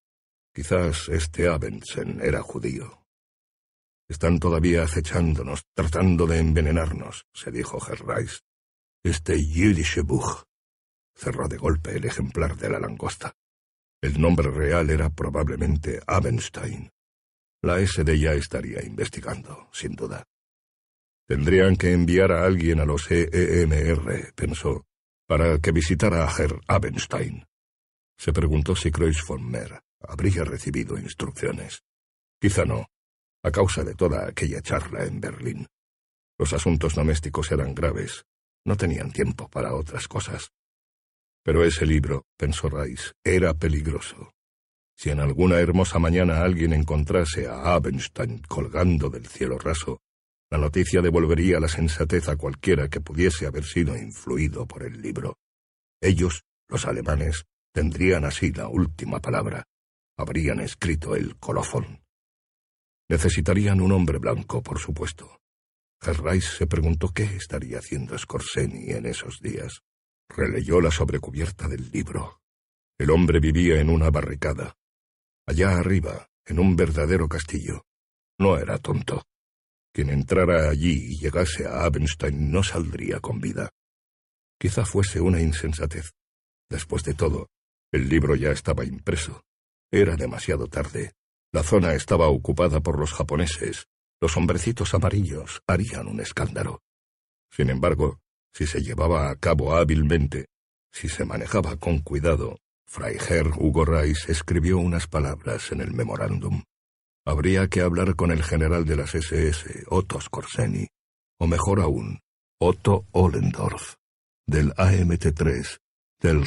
Quizás este Abensen era judío. Están todavía acechándonos, tratando de envenenarnos, se dijo Herr Rice. Este Jüdische Buch. Cerró de golpe el ejemplar de la langosta. El nombre real era probablemente Abenstein. La SD ya estaría investigando, sin duda. Tendrían que enviar a alguien a los EEMR, pensó, para que visitara a Herr Abenstein. Se preguntó si Kreuz von Mehr habría recibido instrucciones. Quizá no, a causa de toda aquella charla en Berlín. Los asuntos domésticos eran graves, no tenían tiempo para otras cosas. Pero ese libro, pensó Rice, era peligroso. Si en alguna hermosa mañana alguien encontrase a Abenstein colgando del cielo raso, la noticia devolvería la sensatez a cualquiera que pudiese haber sido influido por el libro. Ellos, los alemanes, tendrían así la última palabra. Habrían escrito el colofón. Necesitarían un hombre blanco, por supuesto. Herr Rice se preguntó qué estaría haciendo Skorzeny en esos días. Releyó la sobrecubierta del libro. El hombre vivía en una barricada. Allá arriba, en un verdadero castillo. No era tonto. Quien entrara allí y llegase a Abenstein no saldría con vida. Quizá fuese una insensatez. Después de todo, el libro ya estaba impreso. Era demasiado tarde. La zona estaba ocupada por los japoneses. Los hombrecitos amarillos harían un escándalo. Sin embargo, si se llevaba a cabo hábilmente, si se manejaba con cuidado, Freiherr Hugo Rice escribió unas palabras en el memorándum. Habría que hablar con el general de las SS, Otto Skorzeny, o mejor aún, Otto Ohlendorf, del AMT-3, del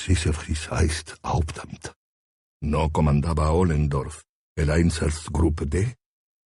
Reichssicherheitshauptamt. ¿No comandaba Ohlendorf el Einsatzgruppe D?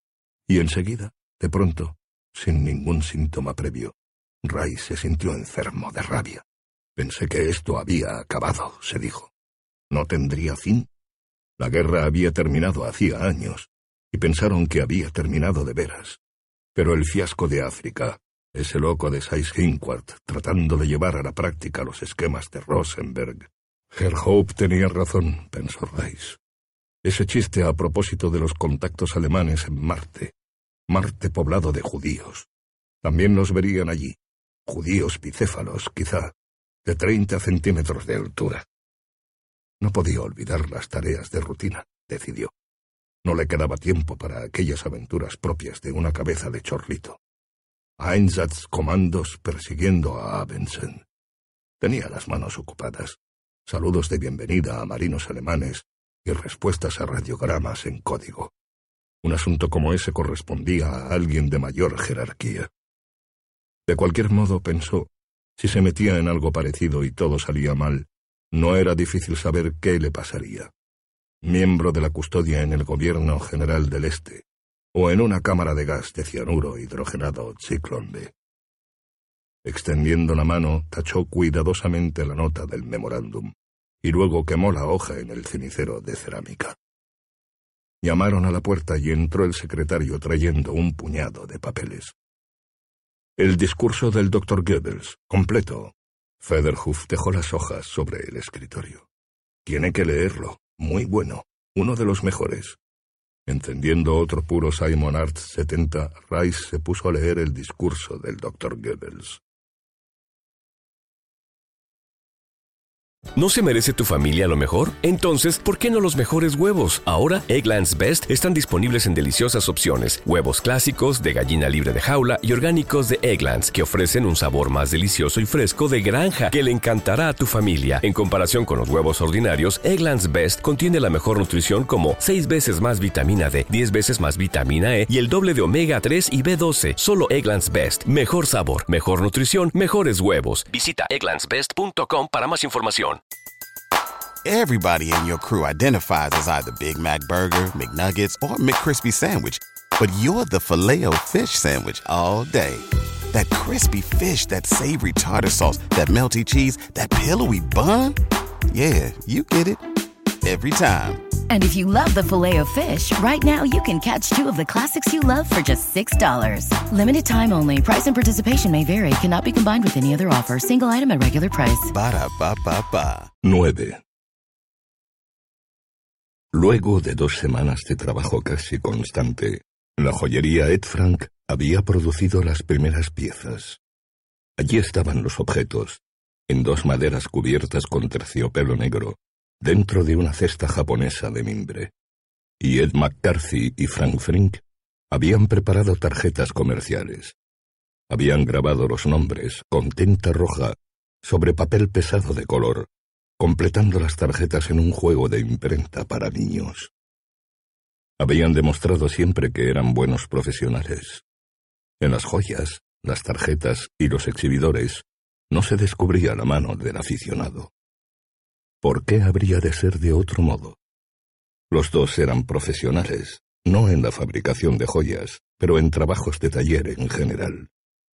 Y enseguida, de pronto, sin ningún síntoma previo, Rice se sintió enfermo de rabia. Pensé que esto había acabado, se dijo. ¿No tendría fin? La guerra había terminado hacía años, y pensaron que había terminado de veras. Pero el fiasco de África, ese loco de Seyss-Inquart tratando de llevar a la práctica los esquemas de Rosenberg. Herr Hope tenía razón, pensó Rice. Ese chiste a propósito de los contactos alemanes en Marte. Marte poblado de judíos. También los verían allí. Judíos bicéfalos, quizá, de 30 centímetros de altura. No podía olvidar las tareas de rutina, decidió. No le quedaba tiempo para aquellas aventuras propias de una cabeza de chorlito. Einsatzkommandos persiguiendo a Abensen. Tenía las manos ocupadas. Saludos de bienvenida a marinos alemanes y respuestas a radiogramas en código. Un asunto como ese correspondía a alguien de mayor jerarquía. De cualquier modo, pensó, si se metía en algo parecido y todo salía mal, no era difícil saber qué le pasaría. Miembro de la custodia en el Gobierno General del Este, o en una cámara de gas de cianuro hidrogenado Zyklon B. Extendiendo la mano, tachó cuidadosamente la nota del memorándum, y luego quemó la hoja en el cenicero de cerámica. Llamaron a la puerta y entró el secretario trayendo un puñado de papeles. El discurso del Dr. Goebbels, completo. Federhof dejó las hojas sobre el escritorio. Tiene que leerlo. Muy bueno. Uno de los mejores. Encendiendo otro puro Simon Arts 70, Rice se puso a leer el discurso del Dr. Goebbels. ¿No se merece tu familia lo mejor? Entonces, ¿por qué no los mejores huevos? Ahora, Eggland's Best están disponibles en deliciosas opciones. Huevos clásicos, de gallina libre de jaula y orgánicos de Eggland's, que ofrecen un sabor más delicioso y fresco de granja que le encantará a tu familia. En comparación con los huevos ordinarios, Eggland's Best contiene la mejor nutrición como 6 veces más vitamina D, 10 veces más vitamina E y el doble de omega 3 y B12. Solo Eggland's Best. Mejor sabor, mejor nutrición, mejores huevos. Visita egglandsbest.com para más información. Everybody in your crew identifies as either Big Mac Burger, McNuggets, or McCrispy Sandwich. But you're the Filet-O-Fish Sandwich all day. That crispy fish, that savory tartar sauce, that melty cheese, that pillowy bun. Yeah, you get it. Every time. And if you love the Filet-O-Fish, right now you can catch 2 of the classics you love for just $6. Limited time only. Price and participation may vary. Cannot be combined with any other offer. Single item at regular price. Ba-da-ba-ba-ba. 9. Luego de 2 semanas de trabajo casi constante, la joyería Ed Frank había producido las primeras piezas. Allí estaban los objetos, en 2 maderas cubiertas con terciopelo negro, dentro de una cesta japonesa de mimbre. Y Ed McCarthy y Frank Frink habían preparado tarjetas comerciales. Habían grabado los nombres con tinta roja sobre papel pesado de color, completando las tarjetas en un juego de imprenta para niños. Habían demostrado siempre que eran buenos profesionales. En las joyas, las tarjetas y los exhibidores no se descubría la mano del aficionado. ¿Por qué habría de ser de otro modo? Los dos eran profesionales, no en la fabricación de joyas, pero en trabajos de taller en general.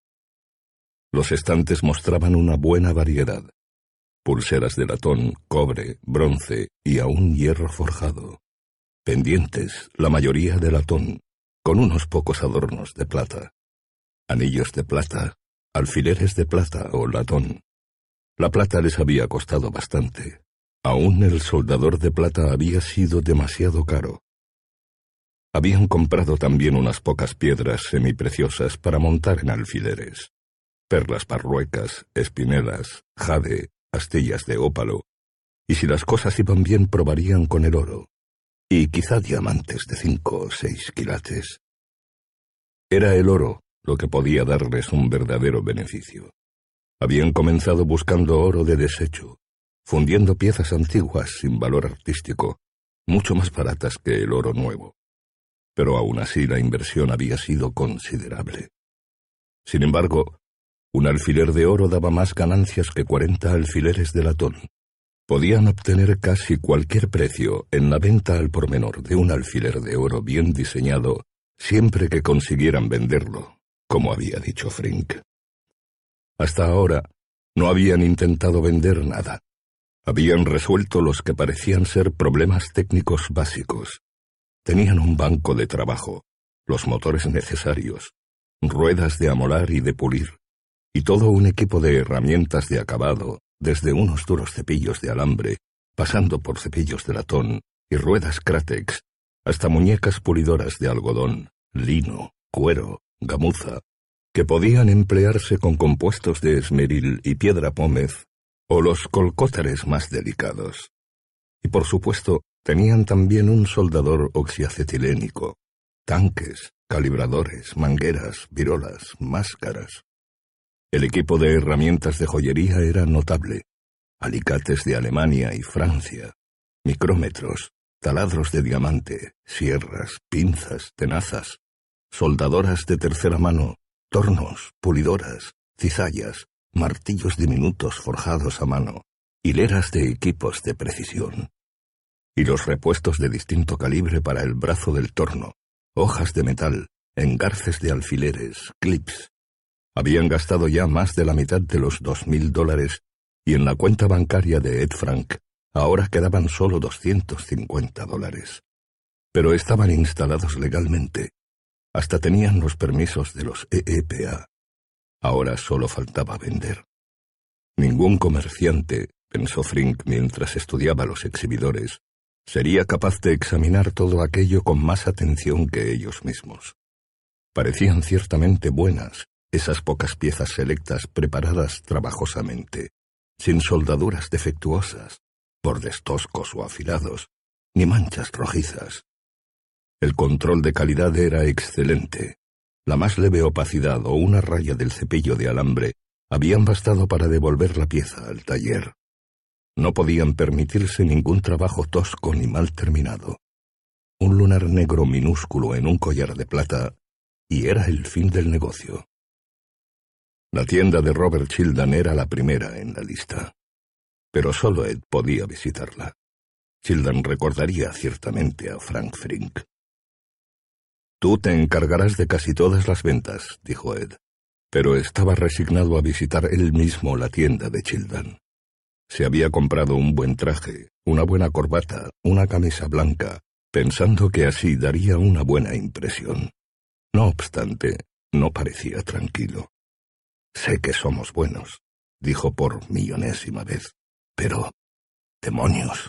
Los estantes mostraban una buena variedad. Pulseras de latón, cobre, bronce y aún hierro forjado. Pendientes, la mayoría de latón, con unos pocos adornos de plata. Anillos de plata, alfileres de plata o latón. La plata les había costado bastante. Aún el soldador de plata había sido demasiado caro. Habían comprado también unas pocas piedras semipreciosas para montar en alfileres. Perlas parruecas, espinelas, jade, astillas de ópalo, y si las cosas iban bien probarían con el oro, y quizá diamantes de 5 o 6 quilates. Era el oro lo que podía darles un verdadero beneficio. Habían comenzado buscando oro de desecho, fundiendo piezas antiguas sin valor artístico, mucho más baratas que el oro nuevo. Pero aún así la inversión había sido considerable. Sin embargo, un alfiler de oro daba más ganancias que 40 alfileres de latón. Podían obtener casi cualquier precio en la venta al por menor de un alfiler de oro bien diseñado, siempre que consiguieran venderlo, como había dicho Frink. Hasta ahora, no habían intentado vender nada. Habían resuelto los que parecían ser problemas técnicos básicos. Tenían un banco de trabajo, los motores necesarios, ruedas de amolar y de pulir, y todo un equipo de herramientas de acabado, desde unos duros cepillos de alambre, pasando por cepillos de latón y ruedas Kratex, hasta muñecas pulidoras de algodón, lino, cuero, gamuza, que podían emplearse con compuestos de esmeril y piedra pómez, o los colcótares más delicados. Y por supuesto, tenían también un soldador oxiacetilénico, tanques, calibradores, mangueras, virolas, máscaras. El equipo de herramientas de joyería era notable. Alicates de Alemania y Francia, micrómetros, taladros de diamante, sierras, pinzas, tenazas, soldadoras de tercera mano, tornos, pulidoras, cizallas, martillos diminutos forjados a mano, hileras de equipos de precisión. Y los repuestos de distinto calibre para el brazo del torno, hojas de metal, engarces de alfileres, clips. Habían gastado ya más de la mitad de los $2.000 y en la cuenta bancaria de Ed Frank ahora quedaban solo $250. Pero estaban instalados legalmente. Hasta tenían los permisos de los EEPA. Ahora solo faltaba vender. Ningún comerciante, pensó Frink mientras estudiaba los exhibidores, sería capaz de examinar todo aquello con más atención que ellos mismos. Parecían ciertamente buenas, esas pocas piezas selectas preparadas trabajosamente, sin soldaduras defectuosas, bordes toscos o afilados, ni manchas rojizas. El control de calidad era excelente. La más leve opacidad o una raya del cepillo de alambre habían bastado para devolver la pieza al taller. No podían permitirse ningún trabajo tosco ni mal terminado. Un lunar negro minúsculo en un collar de plata, y era el fin del negocio. La tienda de Robert Childan era la primera en la lista, pero solo Ed podía visitarla. Childan recordaría ciertamente a Frank Frink. «Tú te encargarás de casi todas las ventas», dijo Ed, pero estaba resignado a visitar él mismo la tienda de Childan. Se había comprado un buen traje, una buena corbata, una camisa blanca, pensando que así daría una buena impresión. No obstante, no parecía tranquilo. «Sé que somos buenos», dijo por millonésima vez, «pero... ¡demonios!».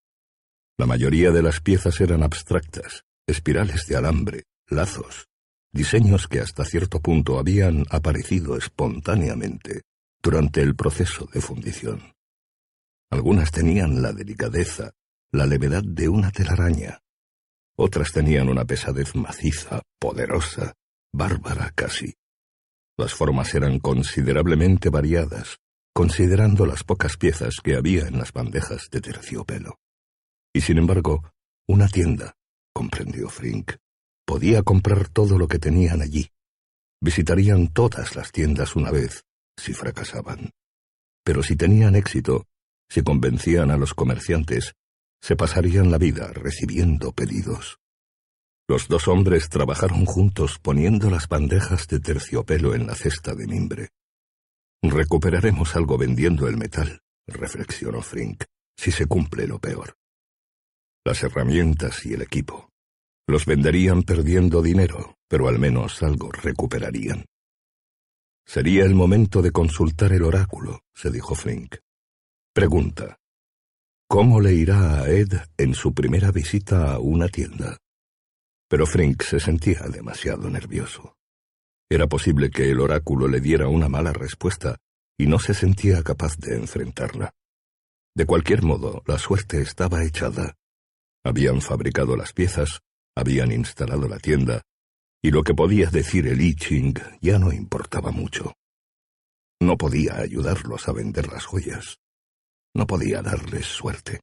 La mayoría de las piezas eran abstractas, espirales de alambre, lazos, diseños que hasta cierto punto habían aparecido espontáneamente durante el proceso de fundición. Algunas tenían la delicadeza, la levedad de una telaraña. Otras tenían una pesadez maciza, poderosa, bárbara casi. Las formas eran considerablemente variadas, considerando las pocas piezas que había en las bandejas de terciopelo. Y sin embargo, una tienda, comprendió Frink, podía comprar todo lo que tenían allí. Visitarían todas las tiendas una vez, si fracasaban. Pero si tenían éxito, si convencían a los comerciantes, se pasarían la vida recibiendo pedidos. Los dos hombres trabajaron juntos poniendo las bandejas de terciopelo en la cesta de mimbre. «Recuperaremos algo vendiendo el metal», reflexionó Frink, «si se cumple lo peor. Las herramientas y el equipo. Los venderían perdiendo dinero, pero al menos algo recuperarían». «Sería el momento de consultar el oráculo», se dijo Frink. Pregunta: ¿cómo le irá a Ed en su primera visita a una tienda? Pero Frink se sentía demasiado nervioso. Era posible que el oráculo le diera una mala respuesta y no se sentía capaz de enfrentarla. De cualquier modo, la suerte estaba echada. Habían fabricado las piezas, habían instalado la tienda, y lo que podía decir el I Ching ya no importaba mucho. No podía ayudarlos a vender las joyas. No podía darles suerte.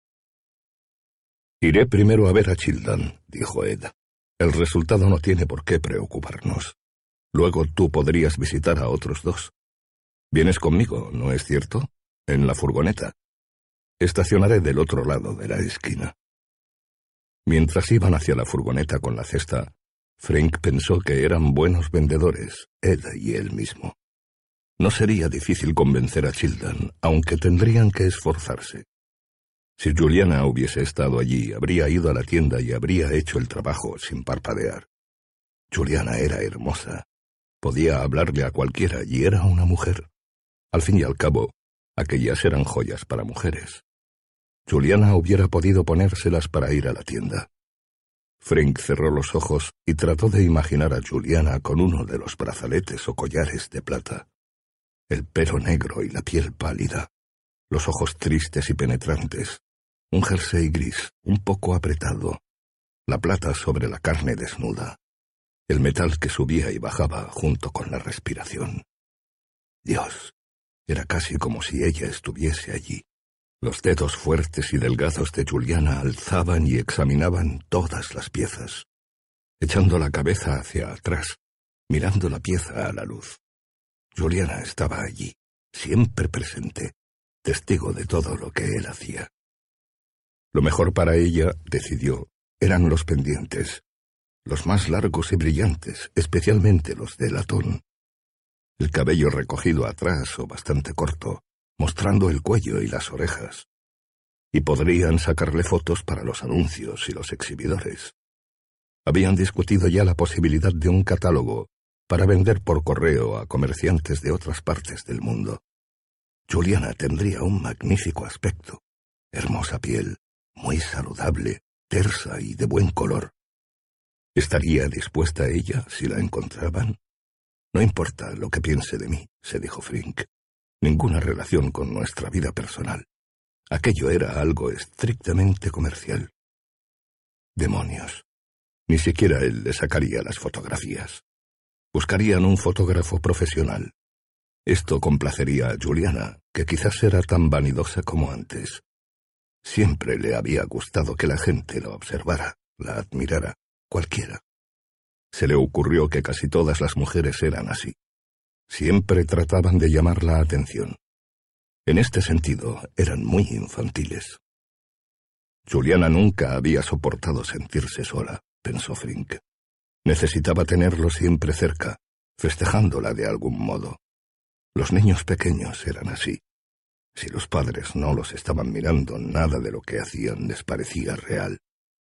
«Iré primero a ver a Childan», dijo Ed. «El resultado no tiene por qué preocuparnos. Luego tú podrías visitar a otros dos. Vienes conmigo, ¿no es cierto? En la furgoneta. Estacionaré del otro lado de la esquina». Mientras iban hacia la furgoneta con la cesta, Frink pensó que eran buenos vendedores, Ed y él mismo. No sería difícil convencer a Childan, aunque tendrían que esforzarse. Si Juliana hubiese estado allí, habría ido a la tienda y habría hecho el trabajo sin parpadear. Juliana era hermosa. Podía hablarle a cualquiera y era una mujer. Al fin y al cabo, aquellas eran joyas para mujeres. Juliana hubiera podido ponérselas para ir a la tienda. Frink cerró los ojos y trató de imaginar a Juliana con uno de los brazaletes o collares de plata. El pelo negro y la piel pálida, los ojos tristes y penetrantes, un jersey gris, un poco apretado, la plata sobre la carne desnuda, el metal que subía y bajaba junto con la respiración. Dios, era casi como si ella estuviese allí. Los dedos fuertes y delgados de Juliana alzaban y examinaban todas las piezas, echando la cabeza hacia atrás, mirando la pieza a la luz. Juliana estaba allí, siempre presente, testigo de todo lo que él hacía. Lo mejor para ella, decidió, eran los pendientes, los más largos y brillantes, especialmente los de latón. El cabello recogido atrás o bastante corto, mostrando el cuello y las orejas. Y podrían sacarle fotos para los anuncios y los exhibidores. Habían discutido ya la posibilidad de un catálogo para vender por correo a comerciantes de otras partes del mundo. Juliana tendría un magnífico aspecto, hermosa piel, muy saludable, tersa y de buen color. ¿Estaría dispuesta ella si la encontraban? No importa lo que piense de mí, se dijo Frink. Ninguna relación con nuestra vida personal. Aquello era algo estrictamente comercial. Demonios. Ni siquiera él le sacaría las fotografías. Buscarían un fotógrafo profesional. Esto complacería a Juliana, que quizás era tan vanidosa como antes. Siempre le había gustado que la gente la observara, la admirara, cualquiera. Se le ocurrió que casi todas las mujeres eran así. Siempre trataban de llamar la atención. En este sentido, eran muy infantiles. Juliana nunca había soportado sentirse sola, pensó Frink. Necesitaba tenerlo siempre cerca, festejándola de algún modo. Los niños pequeños eran así. Si los padres no los estaban mirando, nada de lo que hacían les parecía real.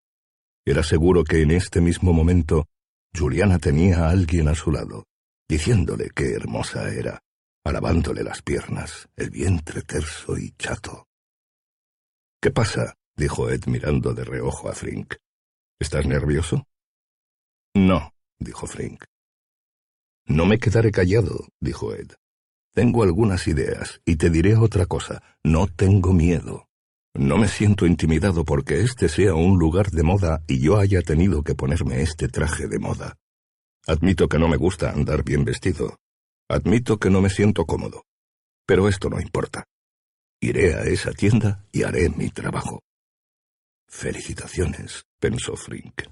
Era seguro que en este mismo momento Juliana tenía a alguien a su lado, diciéndole qué hermosa era, alabándole las piernas, el vientre terso y chato. —¿Qué pasa? —dijo Ed mirando de reojo a Frink. —¿Estás nervioso? —No —dijo Frink. —No me quedaré callado —dijo Ed. Tengo algunas ideas, y te diré otra cosa. No tengo miedo. No me siento intimidado porque este sea un lugar de moda y yo haya tenido que ponerme este traje de moda. Admito que no me gusta andar bien vestido. Admito que no me siento cómodo. Pero esto no importa. Iré a esa tienda y haré mi trabajo. Felicitaciones, pensó Frink.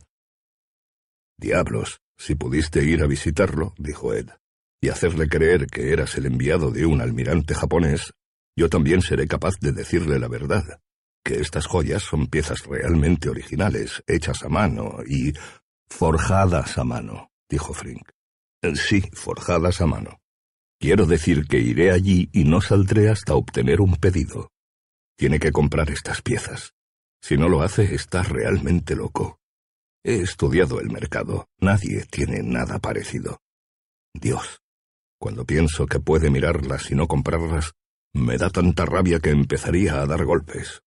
Diablos, si pudiste ir a visitarlo, dijo Ed, y hacerle creer que eras el enviado de un almirante japonés, yo también seré capaz de decirle la verdad, que estas joyas son piezas realmente originales, hechas a mano y... forjadas a mano, dijo Frink. Sí, forjadas a mano. Quiero decir que iré allí y no saldré hasta obtener un pedido. Tiene que comprar estas piezas. Si no lo hace, está realmente loco. He estudiado el mercado. Nadie tiene nada parecido. Dios, cuando pienso que puede mirarlas y no comprarlas, me da tanta rabia que empezaría a dar golpes.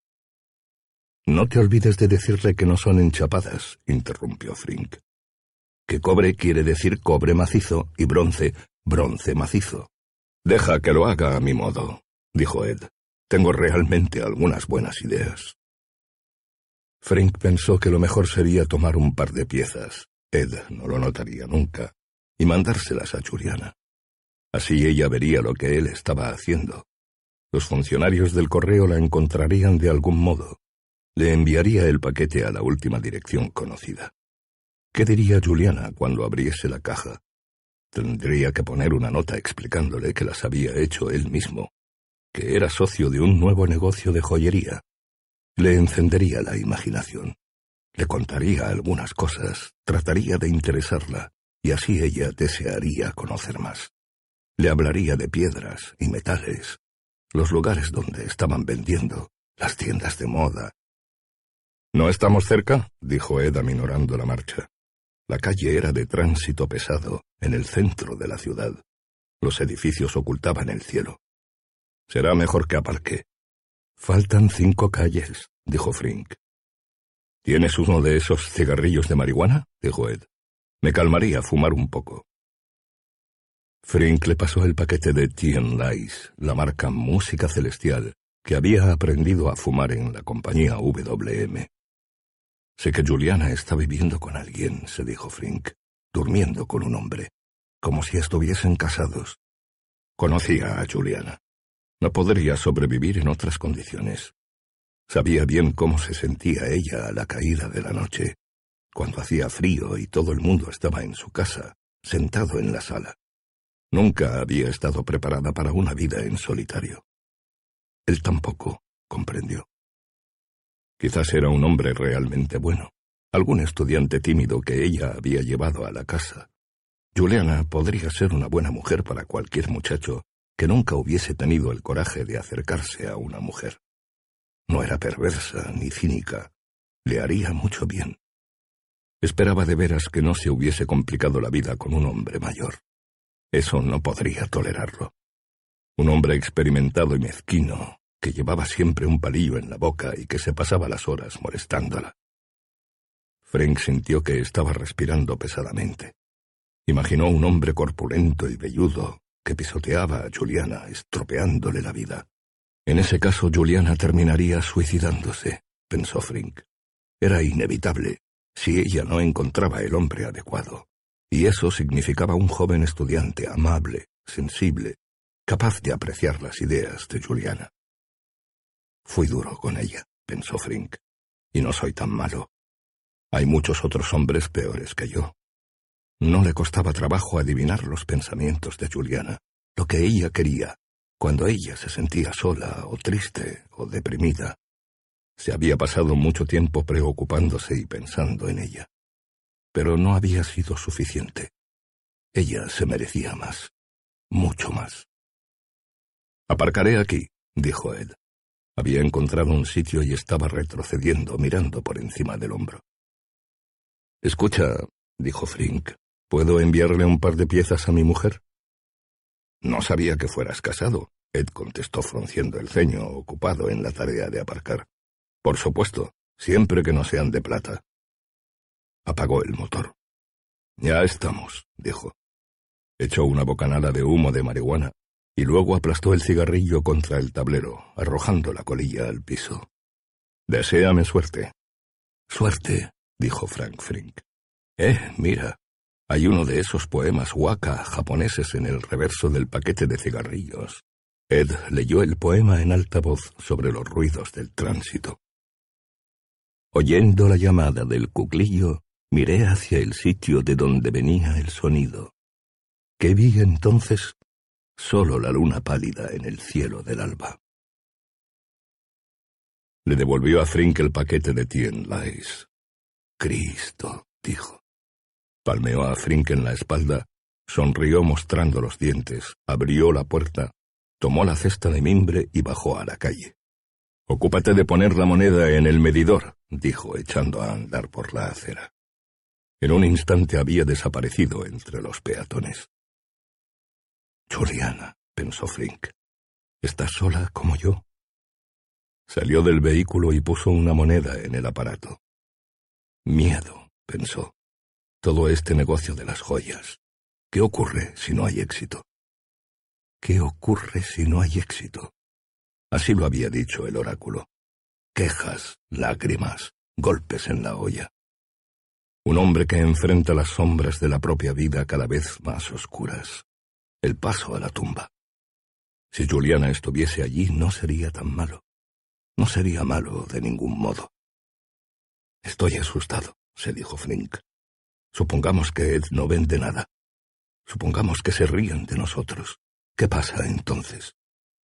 No te olvides de decirle que no son enchapadas, interrumpió Frink. Que cobre quiere decir cobre macizo y bronce, bronce macizo. Deja que lo haga a mi modo, dijo Ed. Tengo realmente algunas buenas ideas. Frink pensó que lo mejor sería tomar un par de piezas, Ed no lo notaría nunca, y mandárselas a Juliana. Así ella vería lo que él estaba haciendo. Los funcionarios del correo la encontrarían de algún modo. Le enviaría el paquete a la última dirección conocida. ¿Qué diría Juliana cuando abriese la caja? Tendría que poner una nota explicándole que las había hecho él mismo, que era socio de un nuevo negocio de joyería. Le encendería la imaginación. Le contaría algunas cosas, trataría de interesarla, y así ella desearía conocer más. Le hablaría de piedras y metales, los lugares donde estaban vendiendo, las tiendas de moda. —¿No estamos cerca? —dijo Ed aminorando la marcha. La calle era de tránsito pesado, en el centro de la ciudad. Los edificios ocultaban el cielo. Será mejor que aparque. —Faltan 5 calles —dijo Frink. —¿Tienes uno de esos cigarrillos de marihuana? —dijo Ed. Me calmaría fumar un poco. Frink le pasó el paquete de Tien Lais, la marca Música Celestial, que había aprendido a fumar en la compañía WM. Sé que Juliana está viviendo con alguien, se dijo Frink, durmiendo con un hombre, como si estuviesen casados. Conocía a Juliana. No podría sobrevivir en otras condiciones. Sabía bien cómo se sentía ella a la caída de la noche, cuando hacía frío y todo el mundo estaba en su casa, sentado en la sala. Nunca había estado preparada para una vida en solitario. Él tampoco, comprendió. Quizás era un hombre realmente bueno, algún estudiante tímido que ella había llevado a la casa. Juliana podría ser una buena mujer para cualquier muchacho que nunca hubiese tenido el coraje de acercarse a una mujer. No era perversa ni cínica, le haría mucho bien. Esperaba de veras que no se hubiese complicado la vida con un hombre mayor. Eso no podría tolerarlo. Un hombre experimentado y mezquino, que llevaba siempre un palillo en la boca y que se pasaba las horas molestándola. Frank sintió que estaba respirando pesadamente. Imaginó un hombre corpulento y velludo que pisoteaba a Juliana, estropeándole la vida. En ese caso, Juliana terminaría suicidándose, pensó Frank. Era inevitable, si ella no encontraba el hombre adecuado. Y eso significaba un joven estudiante amable, sensible, capaz de apreciar las ideas de Juliana. Fui duro con ella, pensó Frank, y no soy tan malo. Hay muchos otros hombres peores que yo. No le costaba trabajo adivinar los pensamientos de Juliana, lo que ella quería, cuando ella se sentía sola o triste o deprimida. Se había pasado mucho tiempo preocupándose y pensando en ella. Pero no había sido suficiente. Ella se merecía más, mucho más. «Aparcaré aquí», dijo Ed. Había encontrado un sitio y estaba retrocediendo, mirando por encima del hombro. «Escucha», dijo Frink, «¿puedo enviarle un par de piezas a mi mujer?» «No sabía que fueras casado», Ed contestó frunciendo el ceño, ocupado en la tarea de aparcar. «Por supuesto, siempre que no sean de plata». Apagó el motor. «Ya estamos», dijo. Echó una bocanada de humo de marihuana y luego aplastó el cigarrillo contra el tablero, arrojando la colilla al piso. «Deséame suerte». «Suerte», dijo Frank Frink. Mira, hay uno de esos poemas waka japoneses en el reverso del paquete de cigarrillos». Ed leyó el poema en alta voz sobre los ruidos del tránsito. Oyendo la llamada del cuclillo, miré hacia el sitio de donde venía el sonido. ¿Qué vi entonces? Solo la luna pálida en el cielo del alba. Le devolvió a Frink el paquete de Tien Lais. «Cristo», dijo. Palmeó a Frink en la espalda, sonrió mostrando los dientes, abrió la puerta, tomó la cesta de mimbre y bajó a la calle. «Ocúpate de poner la moneda en el medidor», dijo, echando a andar por la acera. En un instante había desaparecido entre los peatones. «Juliana», pensó Frink, «¿estás sola como yo?» Salió del vehículo y puso una moneda en el aparato. «Miedo», pensó, «todo este negocio de las joyas. ¿Qué ocurre si no hay éxito?» «¿Qué ocurre si no hay éxito?» Así lo había dicho el oráculo. Quejas, lágrimas, golpes en la olla. Un hombre que enfrenta las sombras de la propia vida cada vez más oscuras. El paso a la tumba. Si Juliana estuviese allí, no sería tan malo. No sería malo de ningún modo. «Estoy asustado», se dijo Frink. «Supongamos que Ed no vende nada. Supongamos que se ríen de nosotros. ¿Qué pasa entonces?»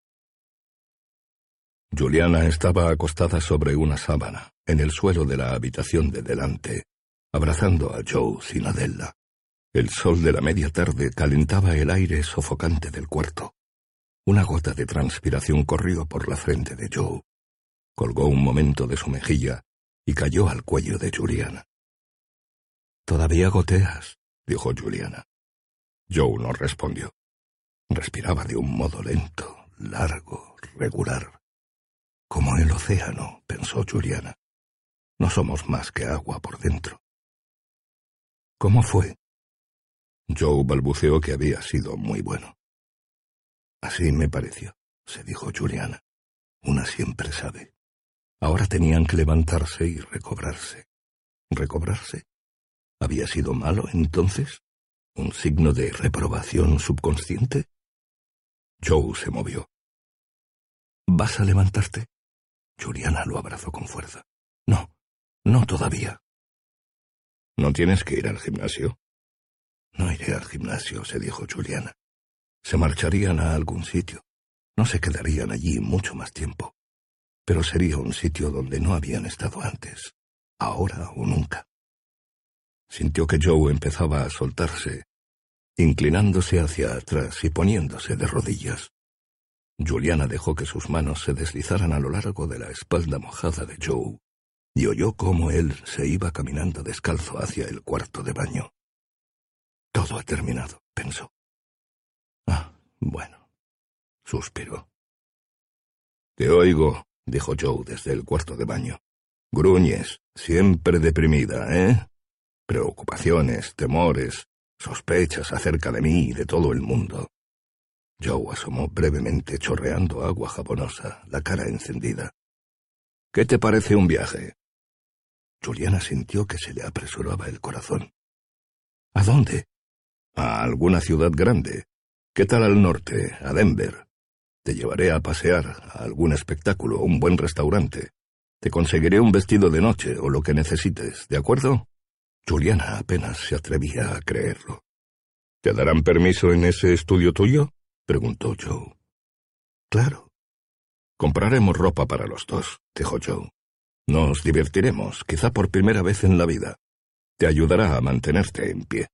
Juliana estaba acostada sobre una sábana, en el suelo de la habitación de delante, abrazando a Joe Cinadella. El sol de la media tarde calentaba el aire sofocante del cuarto. Una gota de transpiración corrió por la frente de Joe. Colgó un momento de su mejilla y cayó al cuello de Juliana. «¿Todavía goteas?», dijo Juliana. Joe no respondió. Respiraba de un modo lento, largo, regular. «Como el océano», pensó Juliana. «No somos más que agua por dentro». «¿Cómo fue?» Joe balbuceó que había sido muy bueno. «Así me pareció», se dijo Juliana. Una siempre sabe. Ahora tenían que levantarse y recobrarse. ¿Recobrarse? ¿Había sido malo entonces? ¿Un signo de reprobación subconsciente? Joe se movió. ¿Vas a levantarte? Juliana lo abrazó con fuerza. No, no todavía. ¿No tienes que ir al gimnasio? No iré al gimnasio, se dijo Juliana. Se marcharían a algún sitio. No se quedarían allí mucho más tiempo. Pero sería un sitio donde no habían estado antes, ahora o nunca. Sintió que Joe empezaba a soltarse, inclinándose hacia atrás y poniéndose de rodillas. Juliana dejó que sus manos se deslizaran a lo largo de la espalda mojada de Joe y oyó cómo él se iba caminando descalzo hacia el cuarto de baño. Todo ha terminado, pensó. Ah, bueno, suspiró. Te oigo, dijo Joe desde el cuarto de baño. Gruñes, siempre deprimida, ¿eh? Preocupaciones, temores, sospechas acerca de mí y de todo el mundo. Joe asomó brevemente, chorreando agua jabonosa, la cara encendida. ¿Qué te parece un viaje? Juliana sintió que se le apresuraba el corazón. ¿A dónde? A alguna ciudad grande. ¿Qué tal al norte, a Denver? Te llevaré a pasear, a algún espectáculo, un buen restaurante. Te conseguiré un vestido de noche o lo que necesites, ¿de acuerdo? Juliana apenas se atrevía a creerlo. ¿Te darán permiso en ese estudio tuyo? Preguntó Joe. Claro. Compraremos ropa para los dos, dijo Joe. Nos divertiremos, quizá por primera vez en la vida. Te ayudará a mantenerte en pie.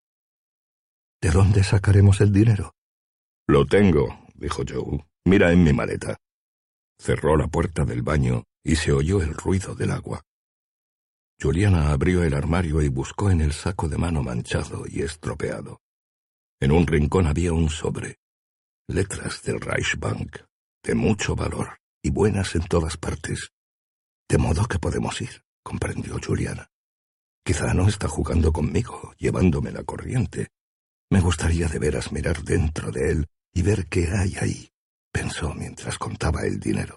¿De dónde sacaremos el dinero? Lo tengo, dijo Joe. Mira en mi maleta. Cerró la puerta del baño y se oyó el ruido del agua. Juliana abrió el armario y buscó en el saco de mano manchado y estropeado. En un rincón había un sobre. Letras del Reichsbank, de mucho valor y buenas en todas partes. De modo que podemos ir, comprendió Juliana. Quizá no está jugando conmigo, llevándome la corriente. Me gustaría de veras mirar dentro de él y ver qué hay ahí, pensó mientras contaba el dinero.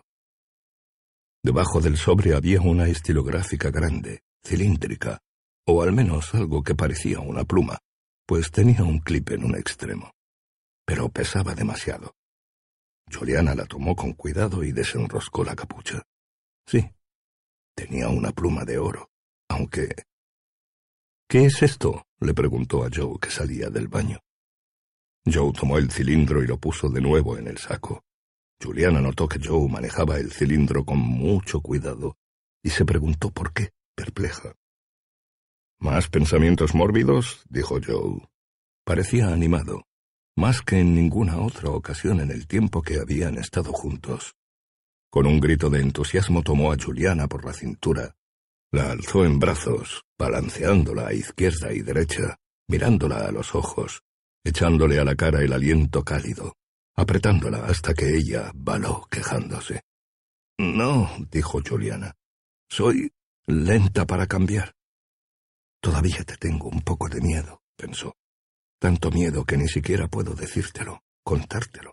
Debajo del sobre había una estilográfica grande, cilíndrica, o al menos algo que parecía una pluma, pues tenía un clip en un extremo. Pero pesaba demasiado. Juliana la tomó con cuidado y desenroscó la capucha. Sí, tenía una pluma de oro, aunque... ¿Qué es esto?, le preguntó a Joe, que salía del baño. Joe tomó el cilindro y lo puso de nuevo en el saco. Juliana notó que Joe manejaba el cilindro con mucho cuidado y se preguntó por qué, perpleja. ¿Más pensamientos mórbidos?, dijo Joe. Parecía animado, más que en ninguna otra ocasión en el tiempo que habían estado juntos. Con un grito de entusiasmo tomó a Juliana por la cintura, la alzó en brazos, balanceándola a izquierda y derecha, mirándola a los ojos, echándole a la cara el aliento cálido, apretándola hasta que ella baló quejándose. No, dijo Juliana, soy lenta para cambiar. Todavía te tengo un poco de miedo, pensó. Tanto miedo que ni siquiera puedo decírtelo, contártelo.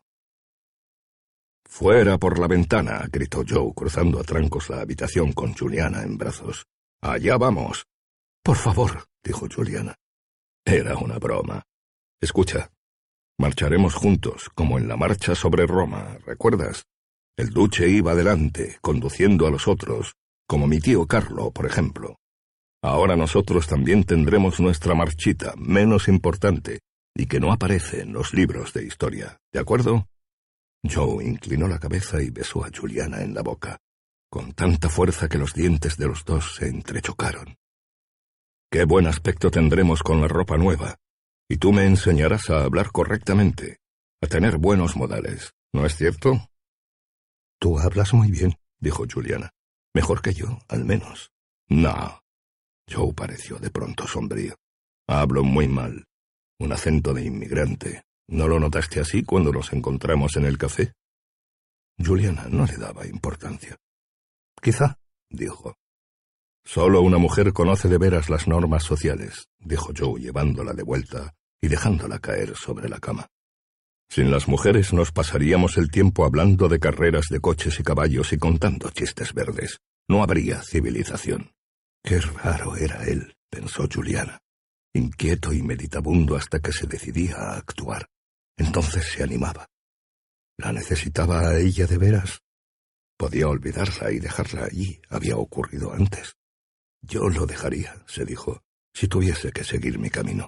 «Fuera por la ventana», gritó Joe, cruzando a trancos la habitación con Juliana en brazos. «Allá vamos». «Por favor», dijo Juliana. Era una broma. «Escucha, marcharemos juntos, como en la marcha sobre Roma, ¿recuerdas? El duce iba adelante, conduciendo a los otros, como mi tío Carlo, por ejemplo. Ahora nosotros también tendremos nuestra marchita, menos importante, y que no aparece en los libros de historia, ¿de acuerdo?» Joe inclinó la cabeza y besó a Juliana en la boca, con tanta fuerza que los dientes de los dos se entrechocaron. «Qué buen aspecto tendremos con la ropa nueva, y tú me enseñarás a hablar correctamente, a tener buenos modales, ¿no es cierto?» «Tú hablas muy bien», dijo Juliana. «Mejor que yo, al menos». «No». Joe pareció de pronto sombrío. «Hablo muy mal. Un acento de inmigrante. ¿No lo notaste así cuando nos encontramos en el café?» Juliana no le daba importancia. «Quizá», dijo. «Solo una mujer conoce de veras las normas sociales», dijo Joe llevándola de vuelta y dejándola caer sobre la cama. Sin las mujeres nos pasaríamos el tiempo hablando de carreras de coches y caballos y contando chistes verdes. No habría civilización. Qué raro era él, pensó Juliana, inquieto y meditabundo hasta que se decidía a actuar. Entonces se animaba. ¿La necesitaba a ella de veras? Podía olvidarla y dejarla allí. Había ocurrido antes. Yo lo dejaría, se dijo, si tuviese que seguir mi camino.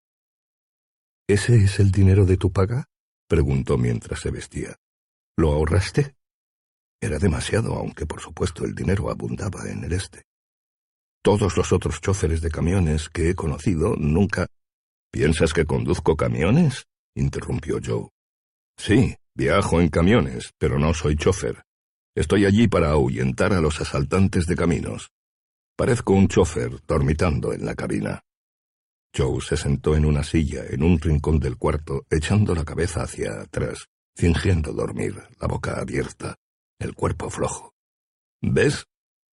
¿Ese es el dinero de tu paga?, preguntó mientras se vestía. ¿Lo ahorraste? Era demasiado, aunque por supuesto el dinero abundaba en el este. Todos los otros choferes de camiones que he conocido nunca... ¿Piensas que conduzco camiones?, interrumpió Joe. Sí, viajo en camiones, pero no soy chofer. Estoy allí para ahuyentar a los asaltantes de caminos. Parezco un chofer dormitando en la cabina. Joe se sentó en una silla en un rincón del cuarto, echando la cabeza hacia atrás, fingiendo dormir, la boca abierta, el cuerpo flojo. ¿Ves?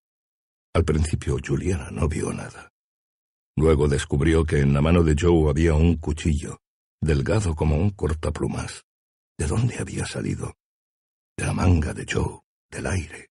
Al principio Juliana no vio nada. Luego descubrió que en la mano de Joe había un cuchillo, delgado como un cortaplumas. ¿De dónde había salido? De la manga de Joe, del aire.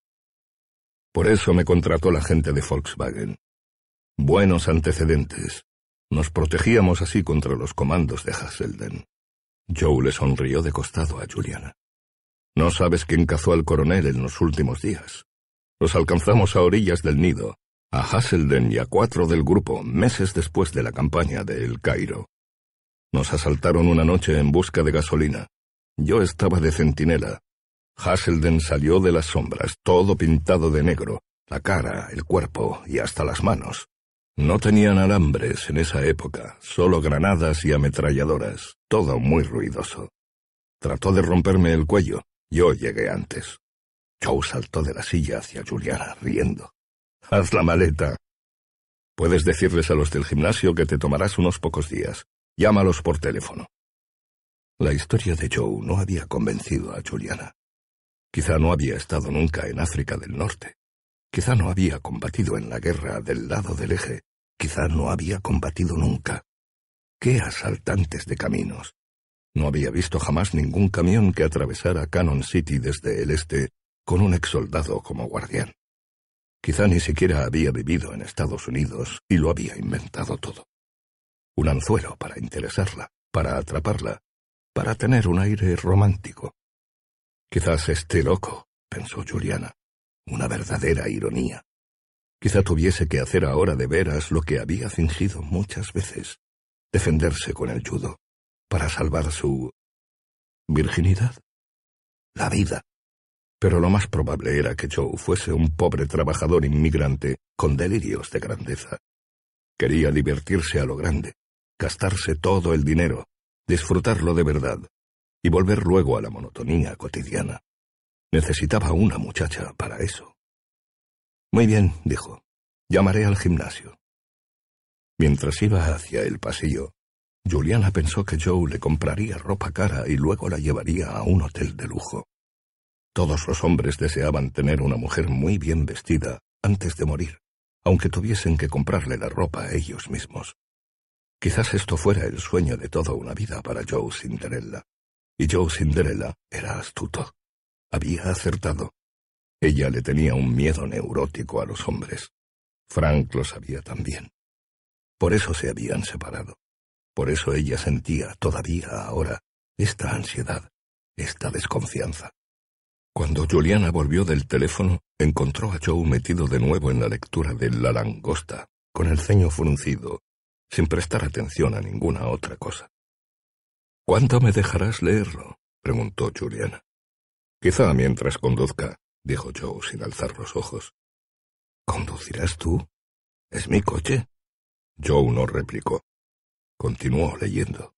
Por eso me contrató la gente de Volkswagen. Buenos antecedentes. Nos protegíamos así contra los comandos de Haselden. Joe le sonrió de costado a Juliana. No sabes quién cazó al coronel en los últimos días. Los alcanzamos a orillas del Nido, a Haselden y a 4 del grupo, meses después de la campaña de El Cairo. Nos asaltaron una noche en busca de gasolina. Yo estaba de centinela. Haselden salió de las sombras, todo pintado de negro, la cara, el cuerpo y hasta las manos. No tenían alambres en esa época, solo granadas y ametralladoras, todo muy ruidoso. Trató de romperme el cuello, yo llegué antes. Joe saltó de la silla hacia Juliana, riendo. «Haz la maleta. Puedes decirles a los del gimnasio que te tomarás unos pocos días. Llámalos por teléfono». La historia de Joe no había convencido a Juliana. Quizá no había estado nunca en África del Norte. Quizá no había combatido en la guerra del lado del eje. Quizá no había combatido nunca. ¿Qué asaltantes de caminos? No había visto jamás ningún camión que atravesara Cannon City desde el este con un exsoldado como guardián. Quizá ni siquiera había vivido en Estados Unidos y lo había inventado todo. Un anzuelo para interesarla, para atraparla, para tener un aire romántico. Quizás esté loco, pensó Juliana. Una verdadera ironía. Quizá tuviese que hacer ahora de veras lo que había fingido muchas veces, defenderse con el judo, para salvar su... ¿virginidad? La vida. Pero lo más probable era que Joe fuese un pobre trabajador inmigrante con delirios de grandeza. Quería divertirse a lo grande, gastarse todo el dinero, disfrutarlo de verdad, y volver luego a la monotonía cotidiana. Necesitaba una muchacha para eso. Muy bien, dijo. Llamaré al gimnasio. Mientras iba hacia el pasillo, Juliana pensó que Joe le compraría ropa cara y luego la llevaría a un hotel de lujo. Todos los hombres deseaban tener una mujer muy bien vestida antes de morir, aunque tuviesen que comprarle la ropa a ellos mismos. Quizás esto fuera el sueño de toda una vida para Joe Cinderella. Y Joe Cinderella era astuto. Había acertado. Ella le tenía un miedo neurótico a los hombres. Frank lo sabía también. Por eso se habían separado. Por eso ella sentía, todavía ahora, esta ansiedad, esta desconfianza. Cuando Juliana volvió del teléfono, encontró a Joe metido de nuevo en la lectura de La langosta, con el ceño fruncido, sin prestar atención a ninguna otra cosa. «¿Cuánto me dejarás leerlo?», preguntó Juliana. «Quizá mientras conduzca», dijo Joe sin alzar los ojos. «¿Conducirás tú? ¿Es mi coche?». Joe no replicó. Continuó leyendo.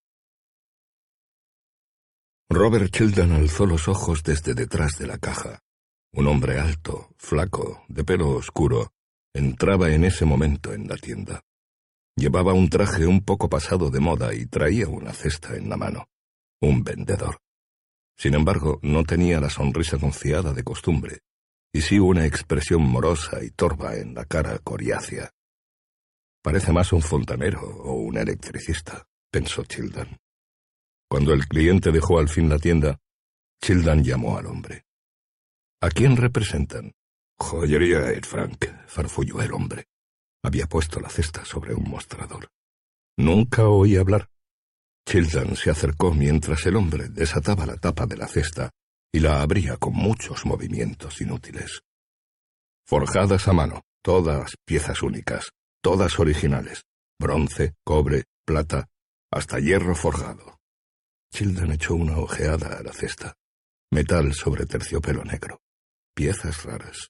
Robert Childan alzó los ojos desde detrás de la caja. Un hombre alto, flaco, de pelo oscuro, entraba en ese momento en la tienda. Llevaba un traje un poco pasado de moda y traía una cesta en la mano. Un vendedor. Sin embargo, no tenía la sonrisa confiada de costumbre, y sí una expresión morosa y torva en la cara coriácea. «Parece más un fontanero o un electricista», pensó Childan. Cuando el cliente dejó al fin la tienda, Childan llamó al hombre. —¿A quién representan? —Joyería Air Frank —farfulló el hombre. Había puesto la cesta sobre un mostrador. Nunca oí hablar. Childan se acercó mientras el hombre desataba la tapa de la cesta y la abría con muchos movimientos inútiles. Forjadas a mano, todas piezas únicas, todas originales, bronce, cobre, plata, hasta hierro forjado. Childan echó una ojeada a la cesta. Metal sobre terciopelo negro. Piezas raras.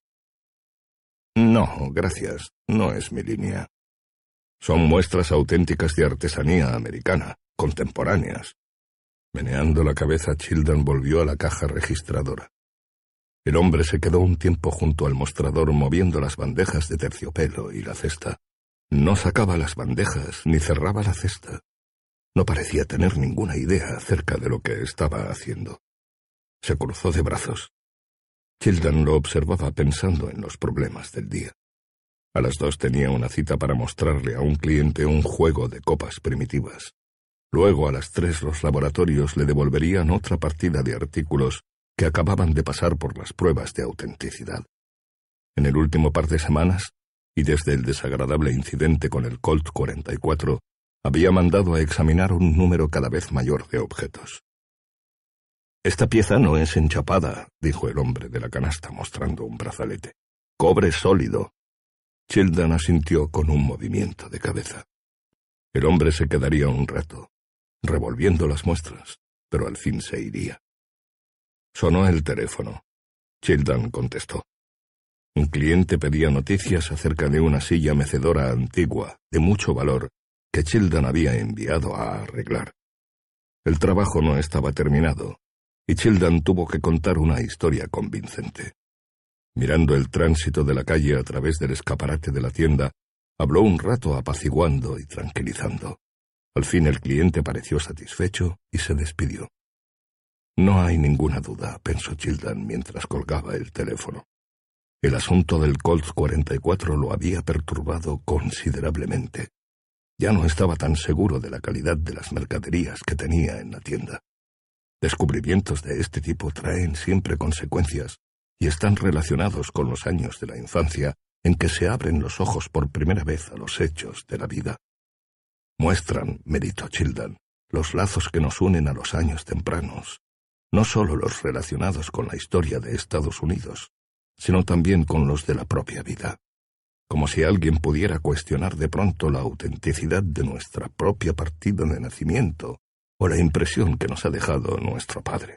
No, gracias, no es mi línea. Son muestras auténticas de artesanía americana, contemporáneas. Meneando la cabeza, Childan volvió a la caja registradora. El hombre se quedó un tiempo junto al mostrador moviendo las bandejas de terciopelo y la cesta. No sacaba las bandejas ni cerraba la cesta. No parecía tener ninguna idea acerca de lo que estaba haciendo. Se cruzó de brazos. Childan lo observaba pensando en los problemas del día. A las 2 tenía una cita para mostrarle a un cliente un juego de copas primitivas. Luego a las 3 los laboratorios le devolverían otra partida de artículos que acababan de pasar por las pruebas de autenticidad. En el último par de semanas, y desde el desagradable incidente con el Colt 44, había mandado a examinar un número cada vez mayor de objetos. «Esta pieza no es enchapada», dijo el hombre de la canasta mostrando un brazalete. «Cobre sólido». Childan asintió con un movimiento de cabeza. El hombre se quedaría un rato, revolviendo las muestras, pero al fin se iría. Sonó el teléfono. Childan contestó. Un cliente pedía noticias acerca de una silla mecedora antigua, de mucho valor, que Childan había enviado a arreglar. El trabajo no estaba terminado, y Childan tuvo que contar una historia convincente. Mirando el tránsito de la calle a través del escaparate de la tienda, habló un rato apaciguando y tranquilizando. Al fin el cliente pareció satisfecho y se despidió. No hay ninguna duda, pensó Childan mientras colgaba el teléfono. El asunto del Colt 44 lo había perturbado considerablemente. Ya no estaba tan seguro de la calidad de las mercaderías que tenía en la tienda. Descubrimientos de este tipo traen siempre consecuencias y están relacionados con los años de la infancia en que se abren los ojos por primera vez a los hechos de la vida. Muestran, meditó Childan, los lazos que nos unen a los años tempranos, no solo los relacionados con la historia de Estados Unidos, sino también con los de la propia vida, como si alguien pudiera cuestionar de pronto la autenticidad de nuestra propia partida de nacimiento o la impresión que nos ha dejado nuestro padre.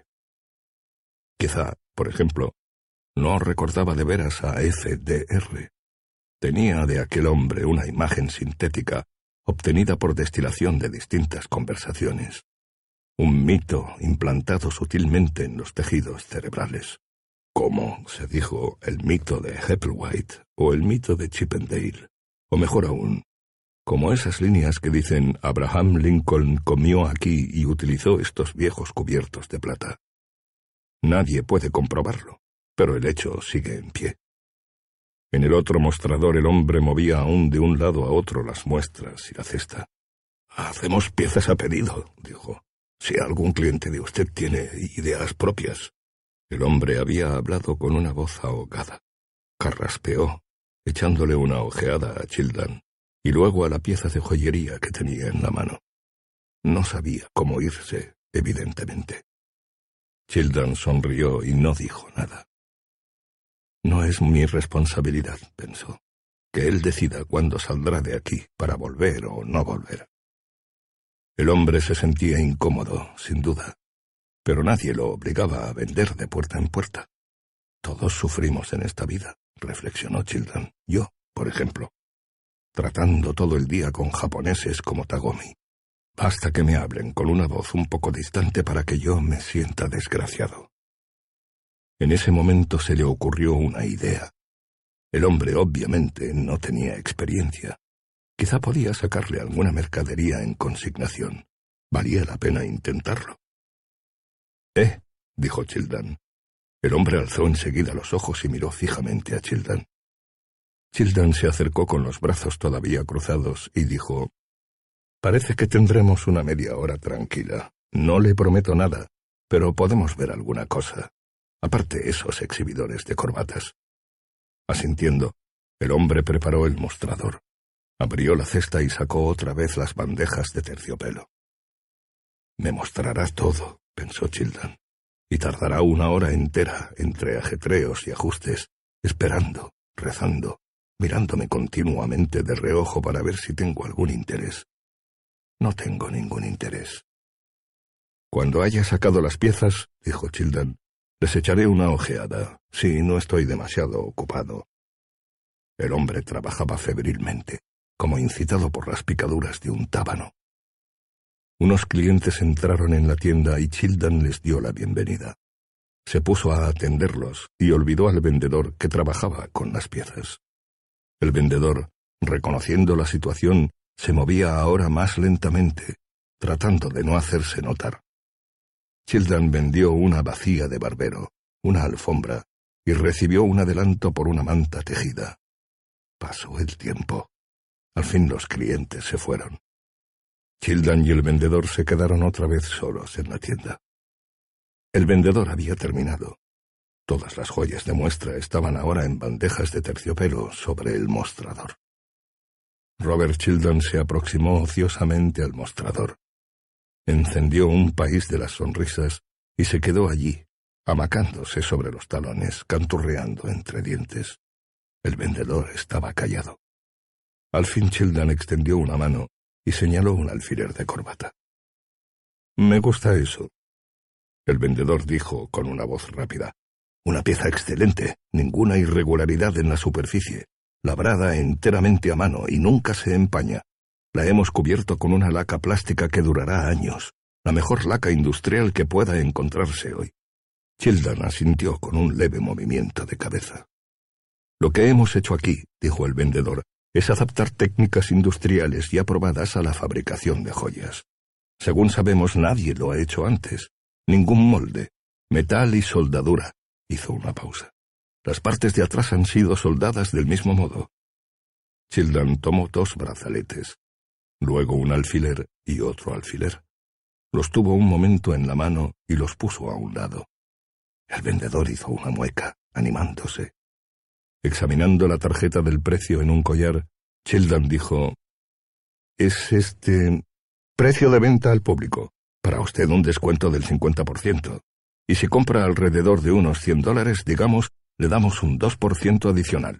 Quizá, por ejemplo, no recordaba de veras a FDR. Tenía de aquel hombre una imagen sintética obtenida por destilación de distintas conversaciones. Un mito implantado sutilmente en los tejidos cerebrales. Como, se dijo, el mito de Hepplewhite o el mito de Chippendale. O mejor aún, como esas líneas que dicen Abraham Lincoln comió aquí y utilizó estos viejos cubiertos de plata. Nadie puede comprobarlo, pero el hecho sigue en pie. En el otro mostrador el hombre movía aún de un lado a otro las muestras y la cesta. «Hacemos piezas a pedido», dijo. «Si algún cliente de usted tiene ideas propias». El hombre había hablado con una voz ahogada. Carraspeó, echándole una ojeada a Childan, y luego a la pieza de joyería que tenía en la mano. No sabía cómo irse, evidentemente. Childan sonrió y no dijo nada. «No es mi responsabilidad», pensó, «que él decida cuándo saldrá de aquí para volver o no volver». El hombre se sentía incómodo, sin duda, pero nadie lo obligaba a vender de puerta en puerta. Todos sufrimos en esta vida, reflexionó Childan. Yo, por ejemplo, tratando todo el día con japoneses como Tagomi. Basta que me hablen con una voz un poco distante para que yo me sienta desgraciado. En ese momento se le ocurrió una idea. El hombre obviamente no tenía experiencia. Quizá podía sacarle alguna mercadería en consignación. Valía la pena intentarlo. Dijo Childan. El hombre alzó enseguida los ojos y miró fijamente a Childan. Childan se acercó con los brazos todavía cruzados y dijo: «Parece que tendremos una media hora tranquila. No le prometo nada, pero podemos ver alguna cosa. Aparte esos exhibidores de corbatas. Asintiendo, el hombre preparó el mostrador. Abrió la cesta y sacó otra vez las bandejas de terciopelo. Me mostrará todo, pensó Childan, y tardará 1 hora entera entre ajetreos y ajustes, esperando, rezando, mirándome continuamente de reojo para ver si tengo algún interés. No tengo ningún interés. Cuando haya sacado las piezas, dijo Childan, les echaré una ojeada, si no estoy demasiado ocupado. El hombre trabajaba febrilmente, como incitado por las picaduras de un tábano. Unos clientes entraron en la tienda y Childan les dio la bienvenida. Se puso a atenderlos y olvidó al vendedor que trabajaba con las piezas. El vendedor, reconociendo la situación, se movía ahora más lentamente, tratando de no hacerse notar. Childan vendió una bacía de barbero, una alfombra, y recibió un adelanto por una manta tejida. Pasó el tiempo. Al fin los clientes se fueron. Childan y el vendedor se quedaron otra vez solos en la tienda. El vendedor había terminado. Todas las joyas de muestra estaban ahora en bandejas de terciopelo sobre el mostrador. Robert Childan se aproximó ociosamente al mostrador. Encendió un país de las sonrisas y se quedó allí, amacándose sobre los talones, canturreando entre dientes. El vendedor estaba callado. Al fin Childan extendió una mano y señaló un alfiler de corbata. «Me gusta eso». El vendedor dijo con una voz rápida: «Una pieza excelente, ninguna irregularidad en la superficie, labrada enteramente a mano y nunca se empaña. La hemos cubierto con una laca plástica que durará años, la mejor laca industrial que pueda encontrarse hoy». Childan asintió con un leve movimiento de cabeza. «Lo que hemos hecho aquí», dijo el vendedor, «es adaptar técnicas industriales ya probadas a la fabricación de joyas. Según sabemos, nadie lo ha hecho antes. Ningún molde. Metal y soldadura». Hizo una pausa. «Las partes de atrás han sido soldadas del mismo modo». Childan tomó 2 brazaletes, luego un alfiler y otro alfiler. Los tuvo un momento en la mano y los puso a un lado. El vendedor hizo una mueca, animándose. Examinando la tarjeta del precio en un collar, Childan dijo: «Es precio de venta al público. Para usted un descuento del 50%. Y si compra alrededor de unos $100, digamos, le damos un 2% adicional».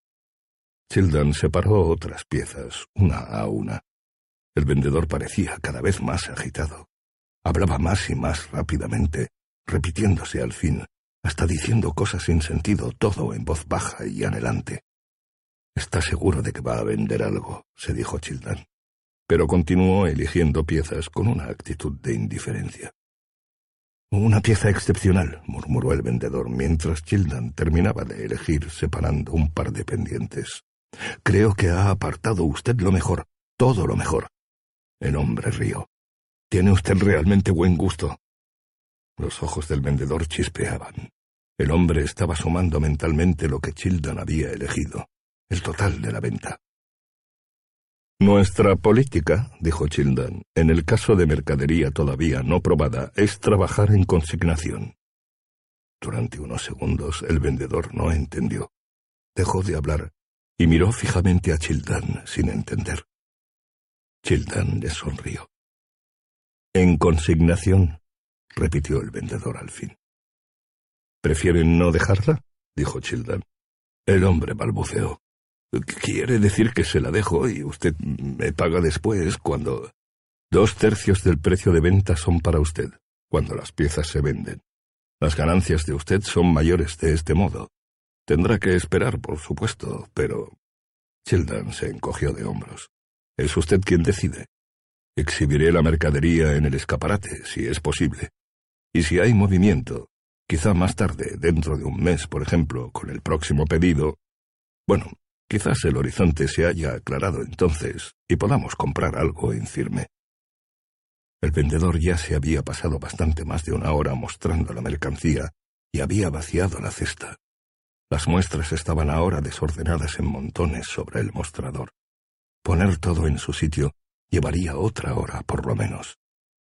Childan separó otras piezas, una a una. El vendedor parecía cada vez más agitado. Hablaba más y más rápidamente, repitiéndose al fin, hasta diciendo cosas sin sentido, todo en voz baja y anhelante. «Está seguro de que va a vender algo», se dijo Childan, pero continuó eligiendo piezas con una actitud de indiferencia. «Una pieza excepcional», murmuró el vendedor mientras Childan terminaba de elegir separando un par de pendientes. «Creo que ha apartado usted lo mejor, todo lo mejor». El hombre rió. «Tiene usted realmente buen gusto». Los ojos del vendedor chispeaban. El hombre estaba sumando mentalmente lo que Childan había elegido, el total de la venta. «Nuestra política», dijo Childan, «en el caso de mercadería todavía no probada, es trabajar en consignación». Durante unos segundos el vendedor no entendió. Dejó de hablar y miró fijamente a Childan sin entender. Childan le sonrió. «En consignación», repitió el vendedor al fin. «¿Prefieren no dejarla?», dijo Childan. El hombre balbuceó. «Quiere decir que se la dejo y usted me paga después cuando...». 2/3 del precio de venta son para usted, cuando las piezas se venden. Las ganancias de usted son mayores de este modo. Tendrá que esperar, por supuesto, pero... Childan se encogió de hombros. «Es usted quien decide. Exhibiré la mercadería en el escaparate, si es posible. Y si hay movimiento, quizá más tarde, dentro de un mes, por ejemplo, con el próximo pedido... Bueno, quizás el horizonte se haya aclarado entonces y podamos comprar algo en firme». El vendedor ya se había pasado bastante más de 1 hora mostrando la mercancía y había vaciado la cesta. Las muestras estaban ahora desordenadas en montones sobre el mostrador. Poner todo en su sitio llevaría otra hora, por lo menos.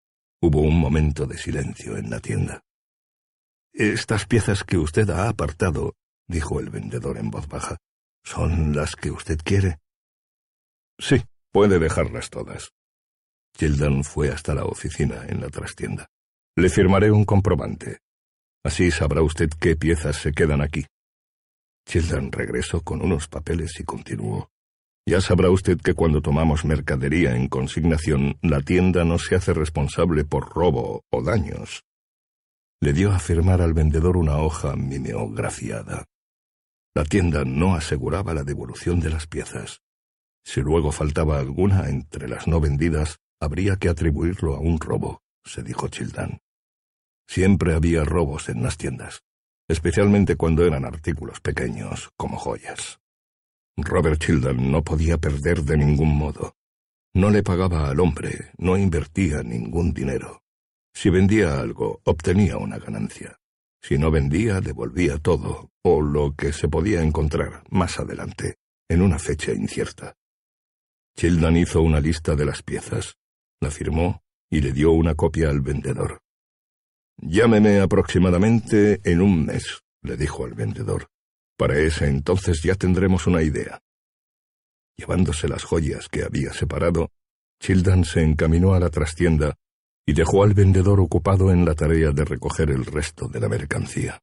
Hubo un momento de silencio en la tienda. «Estas piezas que usted ha apartado», dijo el vendedor en voz baja, «¿son las que usted quiere?» «Sí, puede dejarlas todas». Childan fue hasta la oficina en la trastienda. «Le firmaré un comprobante. Así sabrá usted qué piezas se quedan aquí». Childan regresó con unos papeles y continuó. «Ya sabrá usted que cuando tomamos mercadería en consignación, la tienda no se hace responsable por robo o daños». Le dio a firmar al vendedor una hoja mimeografiada. La tienda no aseguraba la devolución de las piezas. Si luego faltaba alguna entre las no vendidas, habría que atribuirlo a un robo, se dijo Childan. Siempre había robos en las tiendas, especialmente cuando eran artículos pequeños, como joyas. Robert Childan no podía perder de ningún modo. No le pagaba al hombre, no invertía ningún dinero. Si vendía algo, obtenía una ganancia. Si no vendía, devolvía todo, o lo que se podía encontrar más adelante, en una fecha incierta. Childan hizo una lista de las piezas, la firmó y le dio una copia al vendedor. «Llámeme aproximadamente en un mes», le dijo al vendedor. «Para ese entonces ya tendremos una idea». Llevándose las joyas que había separado, Childan se encaminó a la trastienda y dejó al vendedor ocupado en la tarea de recoger el resto de la mercancía.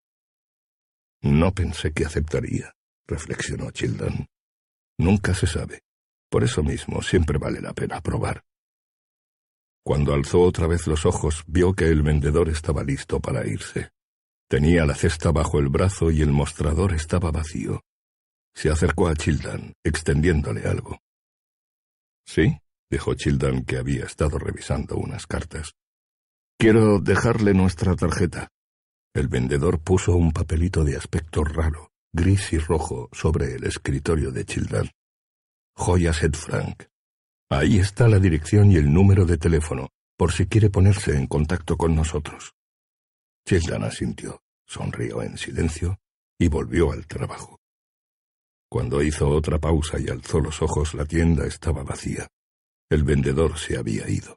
«No pensé que aceptaría», reflexionó Childan. «Nunca se sabe. Por eso mismo siempre vale la pena probar». Cuando alzó otra vez los ojos, vio que el vendedor estaba listo para irse. Tenía la cesta bajo el brazo y el mostrador estaba vacío. Se acercó a Childan, extendiéndole algo. «¿Sí?», dijo Childan, que había estado revisando unas cartas. «Quiero dejarle nuestra tarjeta». El vendedor puso un papelito de aspecto raro, gris y rojo, sobre el escritorio de Childan. «Joyas Ed Frank. Ahí está la dirección y el número de teléfono, por si quiere ponerse en contacto con nosotros». Childan asintió, sonrió en silencio y volvió al trabajo. Cuando hizo otra pausa y alzó los ojos, la tienda estaba vacía. El vendedor se había ido.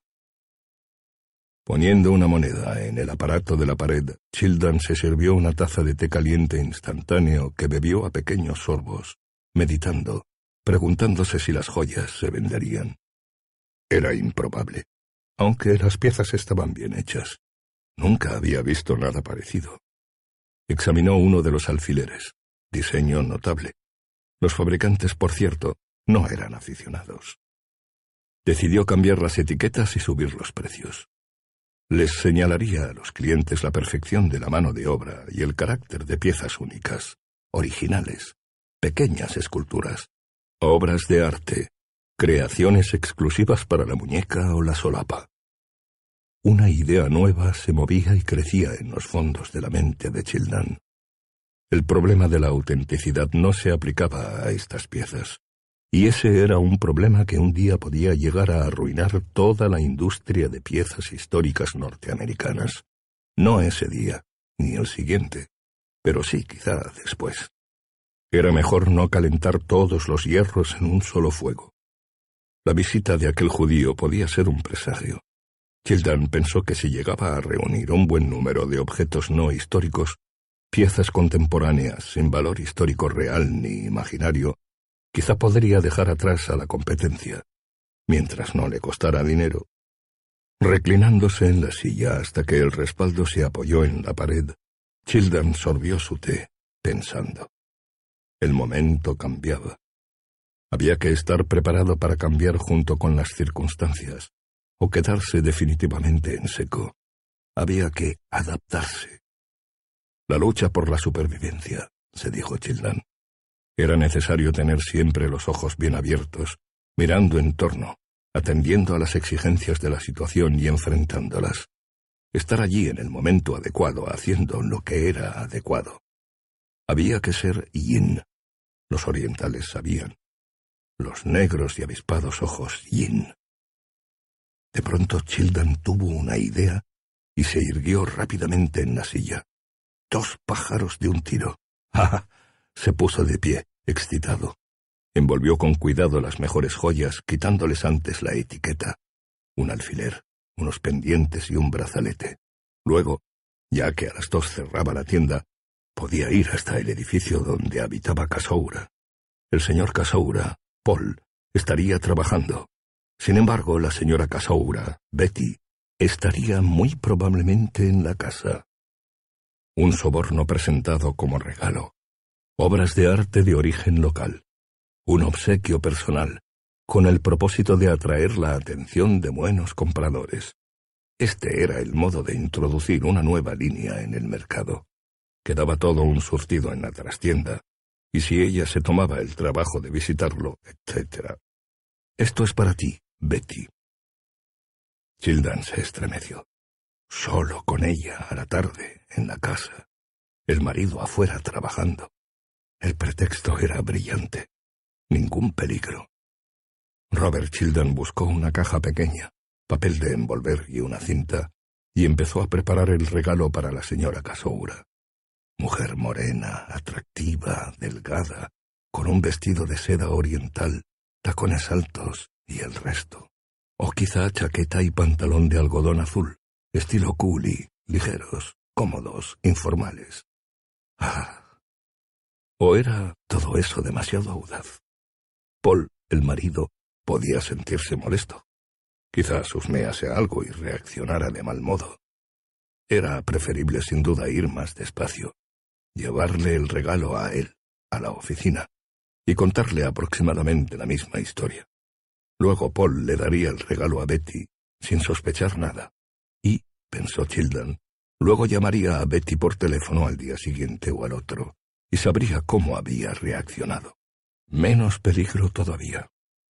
Poniendo una moneda en el aparato de la pared, Childan se sirvió una taza de té caliente instantáneo que bebió a pequeños sorbos, meditando, preguntándose si las joyas se venderían. Era improbable, aunque las piezas estaban bien hechas. Nunca había visto nada parecido. Examinó uno de los alfileres. Diseño notable. Los fabricantes, por cierto, no eran aficionados. Decidió cambiar las etiquetas y subir los precios. Les señalaría a los clientes la perfección de la mano de obra y el carácter de piezas únicas, originales, pequeñas esculturas, obras de arte, creaciones exclusivas para la muñeca o la solapa. Una idea nueva se movía y crecía en los fondos de la mente de Childan. El problema de la autenticidad no se aplicaba a estas piezas. Y ese era un problema que un día podía llegar a arruinar toda la industria de piezas históricas norteamericanas. No ese día, ni el siguiente, pero sí quizá después. Era mejor no calentar todos los hierros en un solo fuego. La visita de aquel judío podía ser un presagio. Childan pensó que si llegaba a reunir un buen número de objetos no históricos, piezas contemporáneas sin valor histórico real ni imaginario, quizá podría dejar atrás a la competencia, mientras no le costara dinero. Reclinándose en la silla hasta que el respaldo se apoyó en la pared, Childan sorbió su té, pensando. El momento cambiaba. Había que estar preparado para cambiar junto con las circunstancias, o quedarse definitivamente en seco. Había que adaptarse. La lucha por la supervivencia, se dijo Childan. Era necesario tener siempre los ojos bien abiertos, mirando en torno, atendiendo a las exigencias de la situación y enfrentándolas. Estar allí en el momento adecuado, haciendo lo que era adecuado. Había que ser yin. Los orientales sabían. Los negros y avispados ojos yin. De pronto Childan tuvo una idea y se irguió rápidamente en la silla. 2 pájaros de un tiro. ¡Ah! Se puso de pie, excitado. Envolvió con cuidado las mejores joyas, quitándoles antes la etiqueta. Un alfiler, unos pendientes y un brazalete. Luego, ya que a las 2 cerraba la tienda, podía ir hasta el edificio donde habitaba Casoura. El señor Casoura, Paul, estaría trabajando. Sin embargo, la señora Casoura, Betty, estaría muy probablemente en la casa. Un soborno presentado como regalo. Obras de arte de origen local. Un obsequio personal, con el propósito de atraer la atención de buenos compradores. Este era el modo de introducir una nueva línea en el mercado. Quedaba todo un surtido en la trastienda, y si ella se tomaba el trabajo de visitarlo, etc. Esto es para ti, Betty. Childan se estremeció. Solo con ella a la tarde, en la casa. El marido afuera trabajando. El pretexto era brillante. Ningún peligro. Robert Childan buscó una caja pequeña, papel de envolver y una cinta, y empezó a preparar el regalo para la señora Casoura. Mujer morena, atractiva, delgada, con un vestido de seda oriental, tacones altos y el resto. O quizá chaqueta y pantalón de algodón azul, estilo coolie, ligeros, cómodos, informales. ¿O era todo eso demasiado audaz? Paul, el marido, podía sentirse molesto. Quizás husmease algo y reaccionara de mal modo. Era preferible sin duda ir más despacio, llevarle el regalo a él, a la oficina, y contarle aproximadamente la misma historia. Luego Paul le daría el regalo a Betty, sin sospechar nada, y, pensó Childan, luego llamaría a Betty por teléfono al día siguiente o al otro, y sabría cómo había reaccionado. Menos peligro todavía.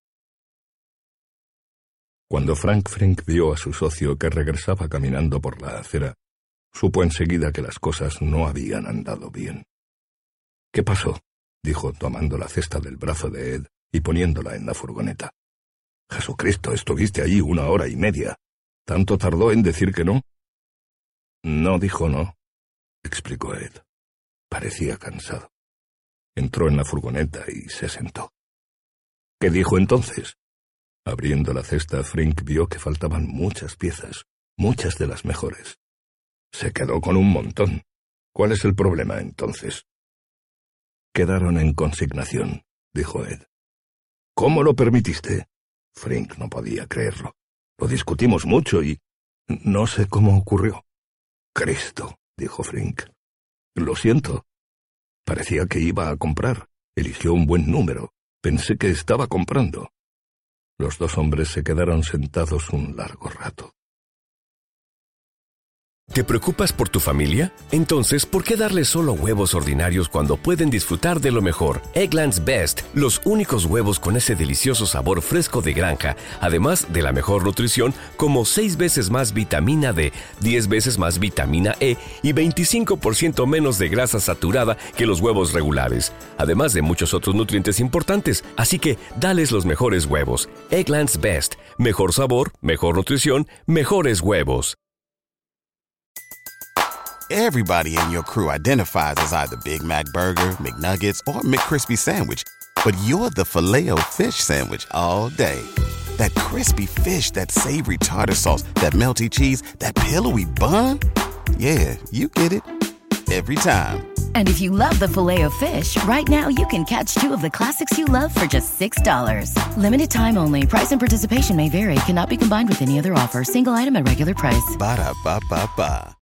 Cuando Frank Frink vio a su socio que regresaba caminando por la acera, supo enseguida que las cosas no habían andado bien. «¿Qué pasó?», dijo tomando la cesta del brazo de Ed y poniéndola en la furgoneta. «Jesucristo, estuviste allí 1 hora y media. ¿Tanto tardó en decir que no?» «No dijo no», explicó Ed. Parecía cansado. Entró en la furgoneta y se sentó. «¿Qué dijo entonces?» Abriendo la cesta, Frink vio que faltaban muchas piezas, muchas de las mejores. Se quedó con un montón. ¿Cuál es el problema, entonces? Quedaron en consignación, dijo Ed. ¿Cómo lo permitiste? Frink no podía creerlo. Lo discutimos mucho y... no sé cómo ocurrió. Cristo, dijo Frink. Lo siento. Parecía que iba a comprar. Eligió un buen número. Pensé que estaba comprando. Los 2 hombres se quedaron sentados un largo rato. ¿Te preocupas por tu familia? Entonces, ¿por qué darles solo huevos ordinarios cuando pueden disfrutar de lo mejor? Eggland's Best, los únicos huevos con ese delicioso sabor fresco de granja, además de la mejor nutrición, como 6 veces más vitamina D, 10 veces más vitamina E y 25% menos de grasa saturada que los huevos regulares, además de muchos otros nutrientes importantes. Así que, dales los mejores huevos. Eggland's Best, mejor sabor, mejor nutrición, mejores huevos. Everybody in your crew identifies as either Big Mac Burger, McNuggets, or McCrispy Sandwich. But you're the Filet-O-Fish Sandwich all day. That crispy fish, that savory tartar sauce, that melty cheese, that pillowy bun. Yeah, you get it. Every time. And if you love the Filet-O-Fish, right now you can catch 2 of the classics you love for just $6. Limited time only. Price and participation may vary. Cannot be combined with any other offer. Single item at regular price. Ba-da-ba-ba-ba.